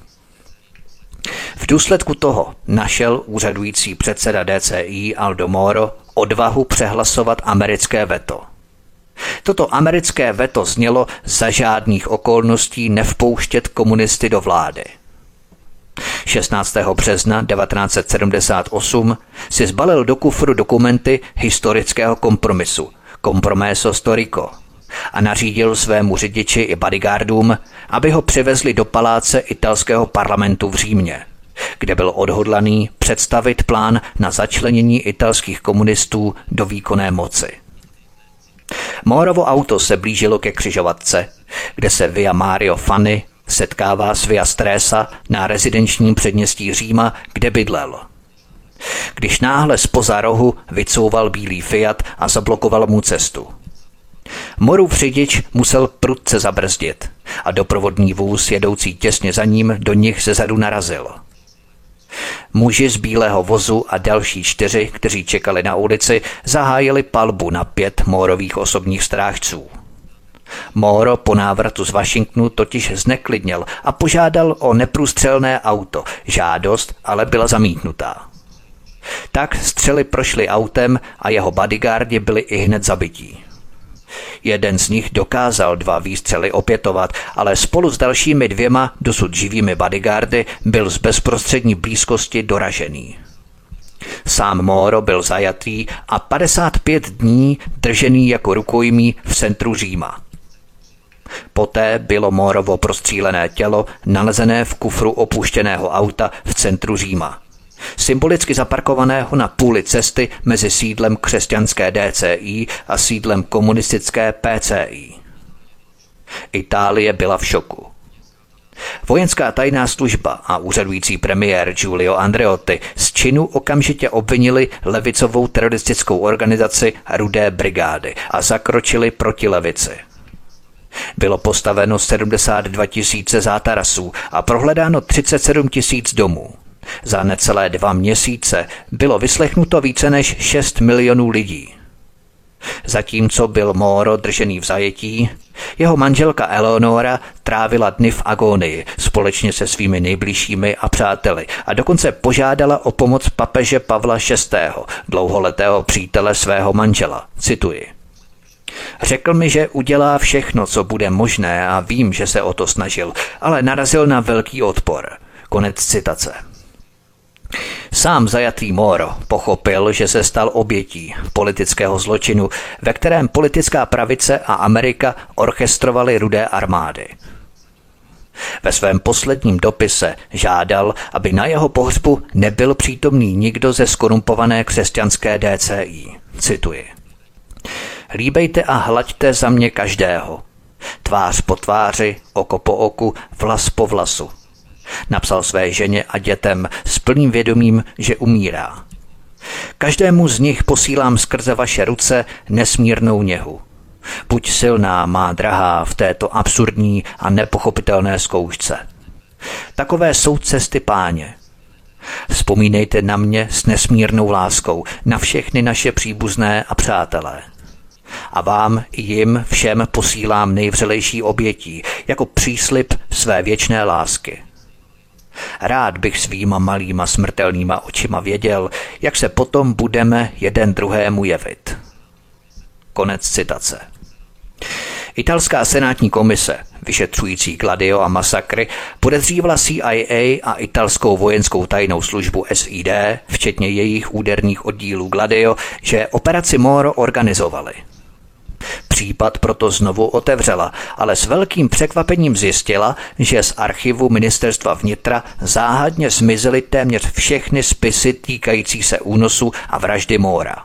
V důsledku toho našel úřadující předseda DCI Aldo Moro odvahu přehlasovat americké veto. Toto americké veto znělo za žádných okolností nevpouštět komunisty do vlády. 16. března 1978 si zbalil do kufru dokumenty historického kompromisu Compromesso Storico a nařídil svému řidiči i bodyguardům, aby ho přivezli do paláce italského parlamentu v Římě, kde byl odhodlaný představit plán na začlenění italských komunistů do výkonné moci. Morovo auto se blížilo ke křižovatce, kde se Via Mario Fanni setkává s Via Stresa na rezidenčním předměstí Říma, kde bydlel. Když náhle zpoza rohu vycouval bílý Fiat a zablokoval mu cestu. Morův řidič musel prudce zabrzdit a doprovodný vůz jedoucí těsně za ním do nich zezadu narazil. Muži z bílého vozu a další 4, kteří čekali na ulici, zahájili palbu na 5 Morových osobních strážců. Moro po návratu z Washingtonu totiž zneklidněl a požádal o neprůstřelné auto. Žádost ale byla zamítnutá. Tak střely prošly autem a jeho bodyguardi byli ihned zabití. Jeden z nich dokázal 2 výstřely opětovat, ale spolu s dalšími 2 dosud živými bodyguardy byl z bezprostřední blízkosti doražený. Sám Moro byl zajatý a 55 dní držený jako rukojmí v centru Říma. Poté bylo Morovo prostřílené tělo nalezené v kufru opuštěného auta v centru Říma. symbolicky zaparkovaného na půli cesty mezi sídlem křesťanské DCI a sídlem komunistické PCI. Itálie byla v šoku. Vojenská tajná služba a úřadující premiér Giulio Andreotti z činu okamžitě obvinili levicovou teroristickou organizaci Rudé brigády a zakročili proti levici. Bylo postaveno 72 000 zátarasů a prohledáno 37 000 domů. Za necelé 2 měsíce bylo vyslechnuto více než 6 milionů lidí. Zatímco byl Moro držený v zajetí, jeho manželka Eleonora trávila dny v agónii společně se svými nejbližšími a přáteli a dokonce požádala o pomoc papeže Pavla VI., dlouholetého přítele svého manžela. Cituji. Řekl mi, že udělá všechno, co bude možné a vím, že se o to snažil, ale narazil na velký odpor. Konec citace. Sám zajatý Moro pochopil, že se stal obětí politického zločinu, ve kterém politická pravice a Amerika orchestrovaly Rudé armády. Ve svém posledním dopise žádal, aby na jeho pohřbu nebyl přítomný nikdo ze skorumpované křesťanské DCI. Cituji. Líbejte a hlaďte za mě každého. Tvář po tváři, oko po oku, vlas po vlasu. Napsal své ženě a dětem s plným vědomím, že umírá. Každému z nich posílám skrze vaše ruce nesmírnou něhu. Buď silná, má drahá, v této absurdní a nepochopitelné zkoušce. Takové jsou cesty Páně. Vzpomínejte na mě s nesmírnou láskou, na všechny naše příbuzné a přátelé. A vám i jim všem posílám nejvřelejší obětí, jako příslib své věčné lásky. Rád bych svýma malýma smrtelnýma očima věděl, jak se potom budeme jeden druhému jevit. Konec citace. Italská senátní komise, vyšetřující Gladio a masakry, podezřívala CIA a italskou vojenskou tajnou službu SID, včetně jejich úderných oddílů Gladio, že operaci Moro organizovali. Případ proto znovu otevřela, ale s velkým překvapením zjistila, že z archivu ministerstva vnitra záhadně zmizely téměř všechny spisy týkající se únosu a vraždy Mora.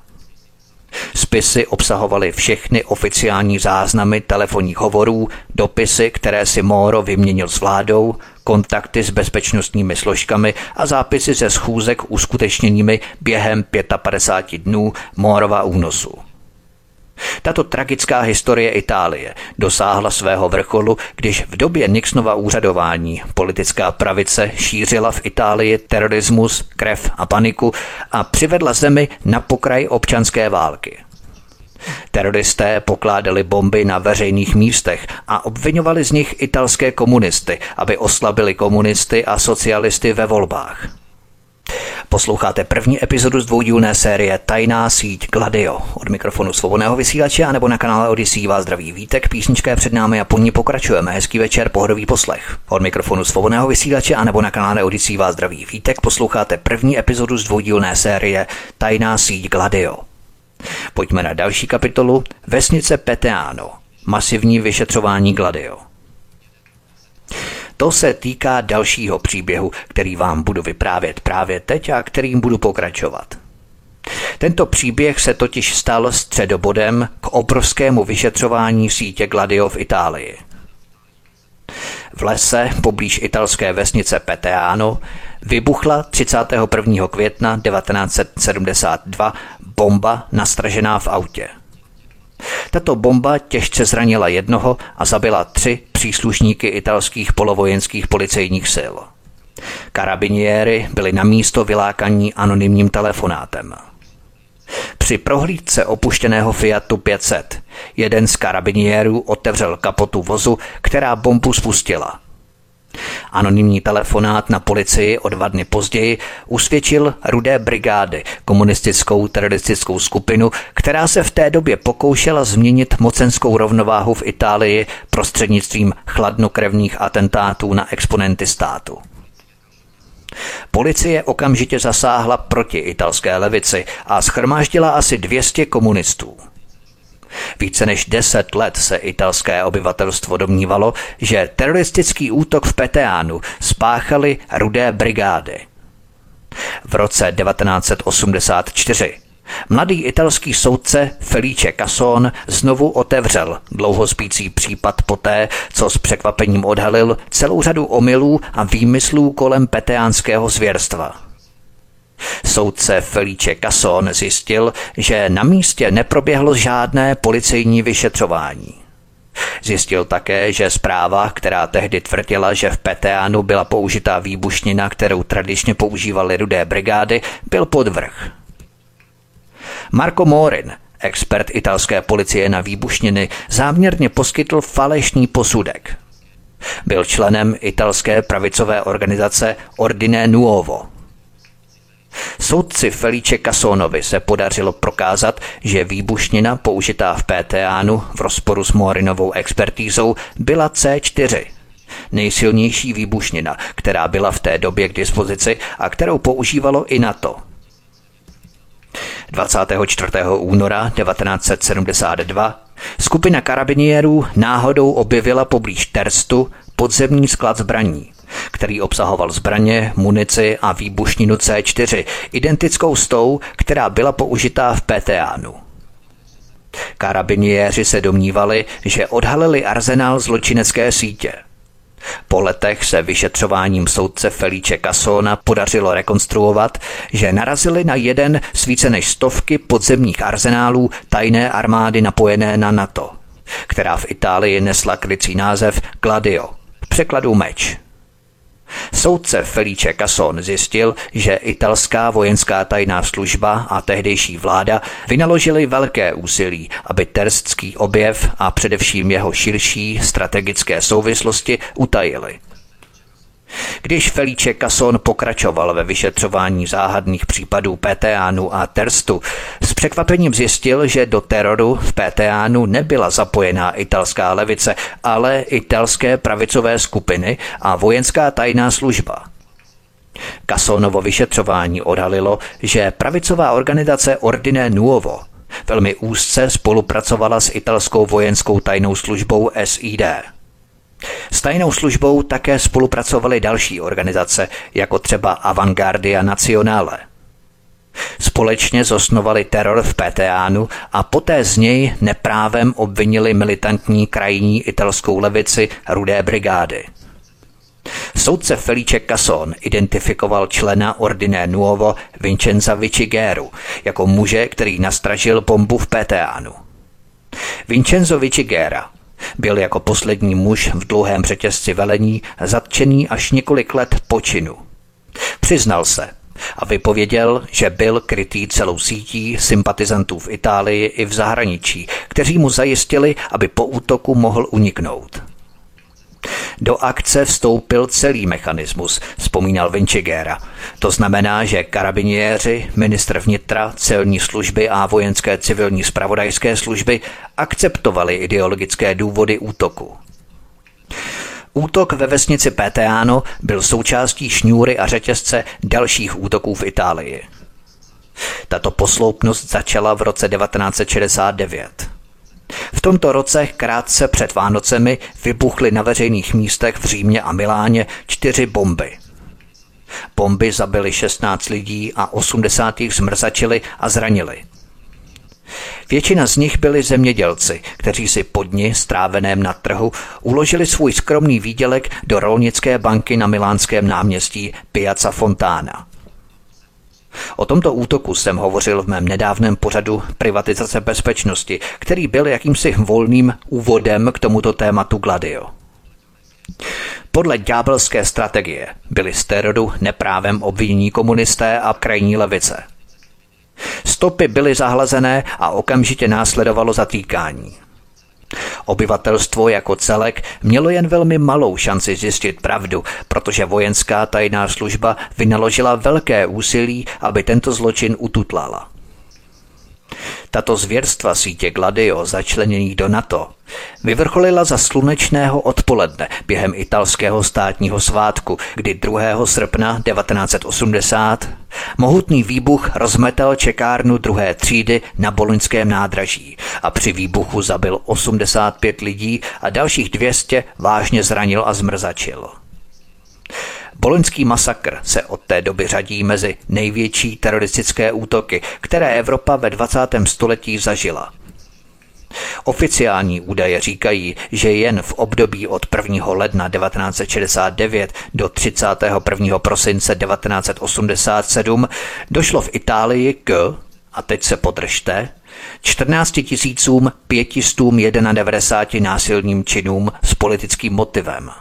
Spisy obsahovaly všechny oficiální záznamy telefonních hovorů, dopisy, které si Moro vyměnil s vládou, kontakty s bezpečnostními složkami a zápisy ze schůzek uskutečněnými během 55 dnů Morova únosu. Tato tragická historie Itálie dosáhla svého vrcholu, když v době Nixonova úřadování politická pravice šířila v Itálii terorismus, krev a paniku a přivedla zemi na pokraj občanské války. Teroristé pokládali bomby na veřejných místech a obviňovali z nich italské komunisty, aby oslabili komunisty a socialisty ve volbách. Posloucháte první epizodu z dvoudílné série Tajná síť Gladio. Od mikrofonu Svobodného vysílače a nebo na kanále Odyssey vás zdraví Vítek, písnička je před námi a po ní pokračujeme. Hezký večer, pohodový poslech. Od mikrofonu Svobodného vysílače a nebo na kanále Odyssey vás zdraví Vítek, posloucháte první epizodu z dvoudílné série Tajná síť Gladio. Pojďme na další kapitolu Vesnice Peteano. Masivní vyšetřování Gladio. To se týká dalšího příběhu, který vám budu vyprávět právě teď a kterým budu pokračovat. Tento příběh se totiž stal středobodem k obrovskému vyšetřování sítě Gladio v Itálii. V lese poblíž italské vesnice Peteano vybuchla 31. května 1972 bomba nastražená v autě. Tato bomba těžce zranila jednoho a zabila 3 příslušníky italských polovojenských policejních sil. Karabiniéry byli na místo vylákaní anonymním telefonátem. Při prohlídce opuštěného Fiatu 500 jeden z karabiniérů otevřel kapotu vozu, která bombu spustila. Anonymní telefonát na policii o 2 dny později usvědčil Rudé brigády, komunistickou teroristickou skupinu, která se v té době pokoušela změnit mocenskou rovnováhu v Itálii prostřednictvím chladnokrevných atentátů na exponenty státu. Policie okamžitě zasáhla proti italské levici a shromáždila asi 200 komunistů. Více než 10 let se italské obyvatelstvo domnívalo, že teroristický útok v Peteanu spáchaly Rudé brigády. V roce 1984 mladý italský soudce Felice Casson znovu otevřel dlouho spící případ poté, co s překvapením odhalil celou řadu omylů a výmyslů kolem peteánského zvěrstva. Soudce Felice Casson zjistil, že na místě neproběhlo žádné policejní vyšetřování. Zjistil také, že zpráva, která tehdy tvrdila, že v Peteánu byla použitá výbušnina, kterou tradičně používaly Rudé brigády, byl podvrh. Marco Morin, expert italské policie na výbušniny, záměrně poskytl falešný posudek. Byl členem italské pravicové organizace Ordine Nuovo. Soudci Felice Cassonovi se podařilo prokázat, že výbušnina použitá v Peteánu v rozporu s Morinovou expertízou byla C4, nejsilnější výbušnina, která byla v té době k dispozici a kterou používalo i NATO. 24. února 1972 skupina karabiniérů náhodou objevila poblíž Terstu podzemní sklad zbraní, který obsahoval zbraně, munici a výbušninu C4, identickou s tou, která byla použitá v Peteánu. Karabiniéři se domnívali, že odhalili arzenál zločinecké sítě. Po letech se vyšetřováním soudce Felice Cassona podařilo rekonstruovat, že narazili na jeden z více než 100 podzemních arzenálů tajné armády napojené na NATO, která v Itálii nesla krycí název Gladio, v překladu meč. Soudce Felice Casson zjistil, že italská vojenská tajná služba a tehdejší vláda vynaložili velké úsilí, aby terstský objev a především jeho širší strategické souvislosti utajili. Když Felice Casson pokračoval ve vyšetřování záhadných případů Peteánu a Terstu, s překvapením zjistil, že do teroru v Peteánu nebyla zapojená italská levice, ale italské pravicové skupiny a vojenská tajná služba. Cassonovo vyšetřování odhalilo, že pravicová organizace Ordine Nuovo velmi úzce spolupracovala s italskou vojenskou tajnou službou SID. S tajnou službou také spolupracovaly další organizace, jako třeba Avanguardia Nazionale. Společně zosnovali teror v Peteánu a poté z něj neprávem obvinili militantní krajní italskou levici Rudé brigády. Soudce Felice Casson identifikoval člena Ordine Nuovo Vincenza Vichigeru jako muže, který nastražil bombu v Peteánu. Vincenzo Vichigera byl jako poslední muž v dlouhém řetězci velení zatčený až několik let po činu. Přiznal se a vypověděl, že byl krytý celou sítí sympatizantů v Itálii i v zahraničí, kteří mu zajistili, aby po útoku mohl uniknout. Do akce vstoupil celý mechanismus, vzpomínal Vichigera. To znamená, že karabiniéři, ministr vnitra, celní služby a vojenské civilní zpravodajské služby akceptovali ideologické důvody útoku. Útok ve vesnici Peteano byl součástí šňůry a řetězce dalších útoků v Itálii. Tato posloupnost začala v roce 1969. V tomto roce krátce před Vánocemi vybuchly na veřejných místech v Římě a Miláně 4 bomby. Bomby zabily 16 lidí a 80 jich zmrzačili a zranili. Většina z nich byli zemědělci, kteří si po dni stráveném na trhu uložili svůj skromný výdělek do rolnické banky na milánském náměstí Piazza Fontana. O tomto útoku jsem hovořil v mém nedávném pořadu Privatizace bezpečnosti, který byl jakýmsi volným úvodem k tomuto tématu Gladio. Podle ďábelské strategie byli z teroru neprávem obvinění komunisté a krajní levice. Stopy byly zahlazené a okamžitě následovalo zatýkání. Obyvatelstvo jako celek mělo jen velmi malou šanci zjistit pravdu, protože vojenská tajná služba vynaložila velké úsilí, aby tento zločin ututlala. Tato zvěrstva sítě Gladio začleněných do NATO vyvrcholila za slunečného odpoledne během italského státního svátku, kdy 2. srpna 1980 mohutný výbuch rozmetal čekárnu 2. třídy na boloňském nádraží a při výbuchu zabil 85 lidí a dalších 200 vážně zranil a zmrzačil. Boloňský masakr se od té doby řadí mezi největší teroristické útoky, které Evropa ve 20. století zažila. Oficiální údaje říkají, že jen v období od 1. ledna 1969 do 31. prosince 1987 došlo v Itálii k, a teď se podržte, 14 591 násilným činům s politickým motivem.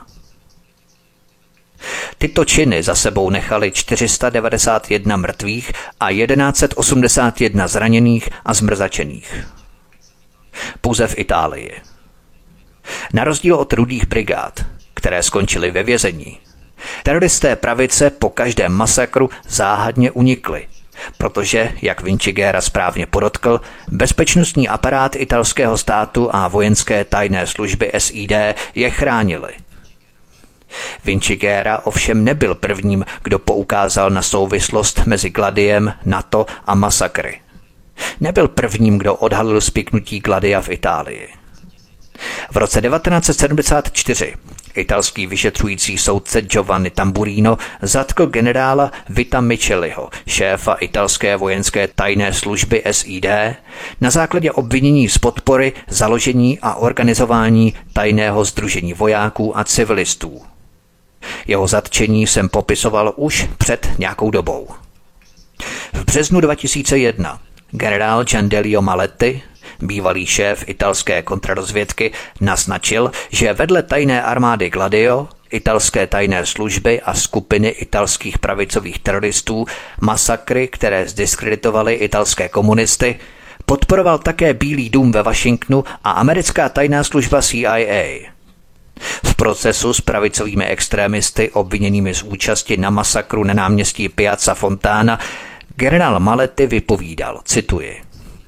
Tyto činy za sebou nechaly 491 mrtvých a 1181 zraněných a zmrzačených. Pouze v Itálii. Na rozdíl od Rudých brigád, které skončily ve vězení, teroristé pravice po každém masakru záhadně unikli, protože, jak Vinciguerra správně podotkl, bezpečnostní aparát italského státu a vojenské tajné služby SID je chránili. Vinciguerra ovšem nebyl prvním, kdo poukázal na souvislost mezi Gladiem, NATO a masakry. Nebyl prvním, kdo odhalil spiknutí Gladia v Itálii. V roce 1974 italský vyšetřující soudce Giovanni Tamburino zatkl generála Vita Micheliho, šéfa italské vojenské tajné služby SID, na základě obvinění z podpory, založení a organizování tajného sdružení vojáků a civilistů. Jeho zatčení jsem popisoval už před nějakou dobou. V březnu 2001 generál Giandelio Maletti, bývalý šéf italské kontrarozvědky, naznačil, že vedle tajné armády Gladio, italské tajné služby a skupiny italských pravicových teroristů masakry, které zdiskreditovaly italské komunisty, podporoval také Bílý dům ve Washingtonu a americká tajná služba CIA. V procesu s pravicovými extrémisty obviněnými z účasti na masakru na náměstí Piazza Fontana generál Maletti vypovídal, cituji: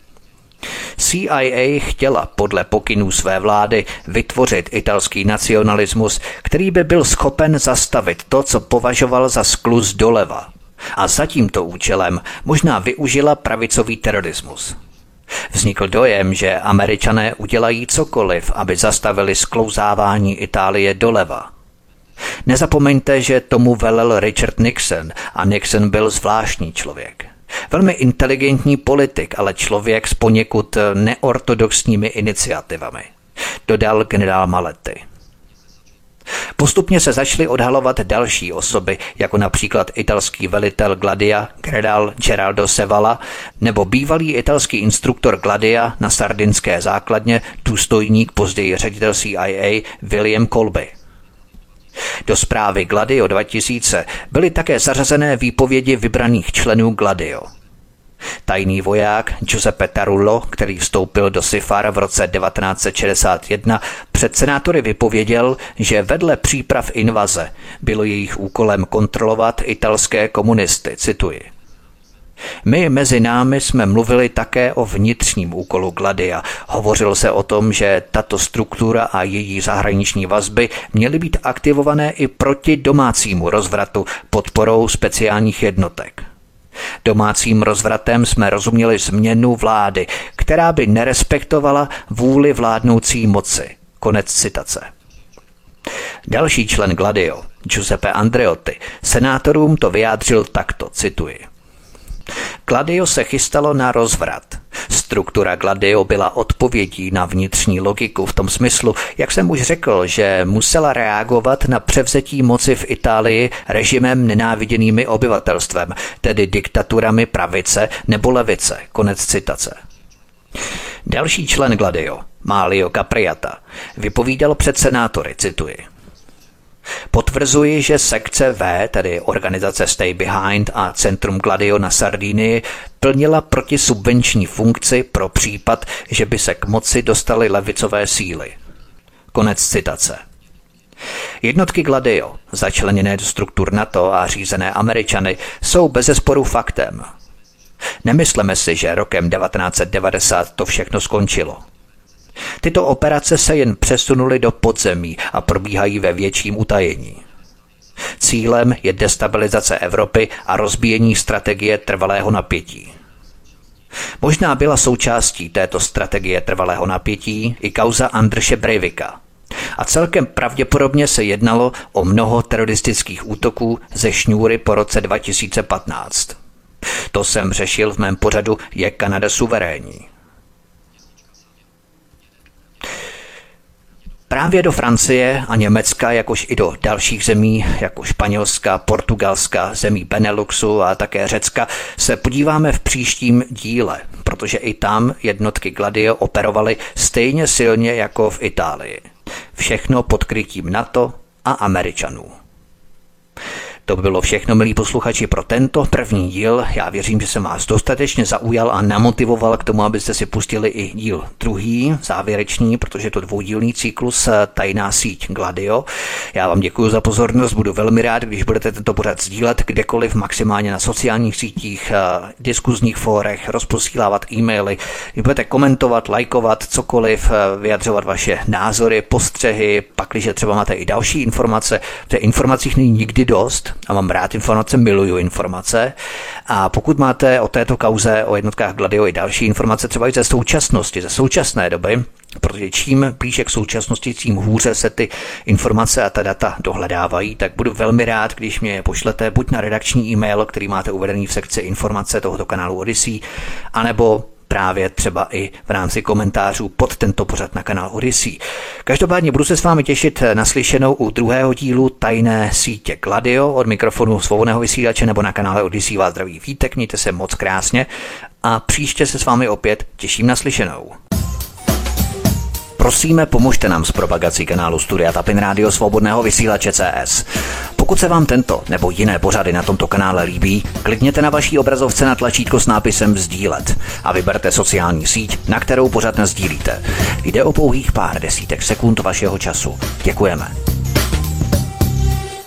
CIA chtěla podle pokynů své vlády vytvořit italský nacionalismus, který by byl schopen zastavit to, co považoval za skluz doleva. A za tímto účelem možná využila pravicový terorismus. Vznikl dojem, že Američané udělají cokoliv, aby zastavili sklouzávání Itálie doleva. Nezapomeňte, že tomu velel Richard Nixon a Nixon byl zvláštní člověk. Velmi inteligentní politik, ale člověk s poněkud neortodoxními iniciativami, dodal generál Maletti. Postupně se začaly odhalovat další osoby, jako například italský velitel Gladia, generál Geraldo Sevala, nebo bývalý italský instruktor Gladia na sardinské základně, důstojník, později ředitel CIA William Colby. Do zprávy Gladio 2000 byly také zařazené výpovědi vybraných členů Gladio. Tajný voják Giuseppe Tarullo, který vstoupil do SIFAR v roce 1961, před senátory vypověděl, že vedle příprav invaze bylo jejich úkolem kontrolovat italské komunisty, cituji. My mezi námi jsme mluvili také o vnitřním úkolu Gladia. Hovořilo se o tom, že tato struktura a její zahraniční vazby měly být aktivované i proti domácímu rozvratu podporou speciálních jednotek. Domácím rozvratem jsme rozuměli změnu vlády, která by nerespektovala vůli vládnoucí moci. Konec citace. Další člen Gladio, Giuseppe Andreotti, senátorům to vyjádřil takto, cituji. Gladio se chystalo na rozvrat. Struktura Gladio byla odpovědí na vnitřní logiku v tom smyslu, jak jsem už řekl, že musela reagovat na převzetí moci v Itálii režimem nenáviděnými obyvatelstvem, tedy diktaturami pravice nebo levice. Konec citace. Další člen Gladio, Mario Capriata, vypovídal před senátory, cituji. Potvrzuji, že sekce V, tedy organizace Stay Behind a Centrum Gladio na Sardinii, plnila protisubvenční funkci pro případ, že by se k moci dostaly levicové síly. Konec citace. Jednotky Gladio, začleněné do struktur NATO a řízené Američany, jsou bezesporu faktem. Nemysleme si, že rokem 1990 to všechno skončilo. Tyto operace se jen přesunuly do podzemí a probíhají ve větším utajení. Cílem je destabilizace Evropy a rozbíjení strategie trvalého napětí. Možná byla součástí této strategie trvalého napětí i kauza Andrše Breivika. a celkem pravděpodobně se jednalo o mnoho teroristických útoků ze šňůry po roce 2015. To jsem řešil v mém pořadu Je Kanada suverénní. Právě do Francie a Německa, jakož i do dalších zemí, jako Španělska, Portugalska, zemí Beneluxu a také Řecka, se podíváme v příštím díle, protože i tam jednotky Gladio operovaly stejně silně jako v Itálii. Všechno pod krytím NATO a Američanů. To by bylo všechno, milí posluchači, pro tento první díl. Já věřím, že jsem vás dostatečně zaujal a namotivoval k tomu, abyste si pustili i díl druhý, závěrečný, protože je to dvoudílný cyklus Tajná síť Gladio. Já vám děkuji za pozornost, budu velmi rád, když budete tento pořad sdílet kdekoliv, maximálně na sociálních sítích, diskuzních fórech, rozposílávat e-maily, když budete komentovat, lajkovat, cokoliv, vyjadřovat vaše názory, postřehy, pakliže třeba máte i další informace, protože informacích není nikdy dost. A mám rád informace, miluju informace. A pokud máte o této kauze, o jednotkách Gladio i další informace, třeba i ze současnosti, ze současné doby, protože čím blíže k současnosti, tím hůře se ty informace a ta data dohledávají, tak budu velmi rád, když mě pošlete buď na redakční e-mail, který máte uvedený v sekci informace tohoto kanálu Odyssey, anebo právě třeba i v rámci komentářů pod tento pořad na kanál Odyssey. Každopádně budu se s vámi těšit na slyšenou u druhého dílu Tajné sítě Gladio. Od mikrofonu Svobodného vysílače nebo na kanále Odyssey vás zdraví Vítek, mějte se moc krásně a příště se s vámi opět těším na slyšenou. Prosíme, pomožte nám s propagací kanálu Studia Tapin Rádio Svobodného vysílače CS. Pokud se vám tento nebo jiné pořady na tomto kanále líbí, klikněte na vaší obrazovce na tlačítko s nápisem sdílet a vyberte sociální síť, na kterou pořad nasdílíte. Jde o pouhých pár desítek sekund vašeho času. Děkujeme.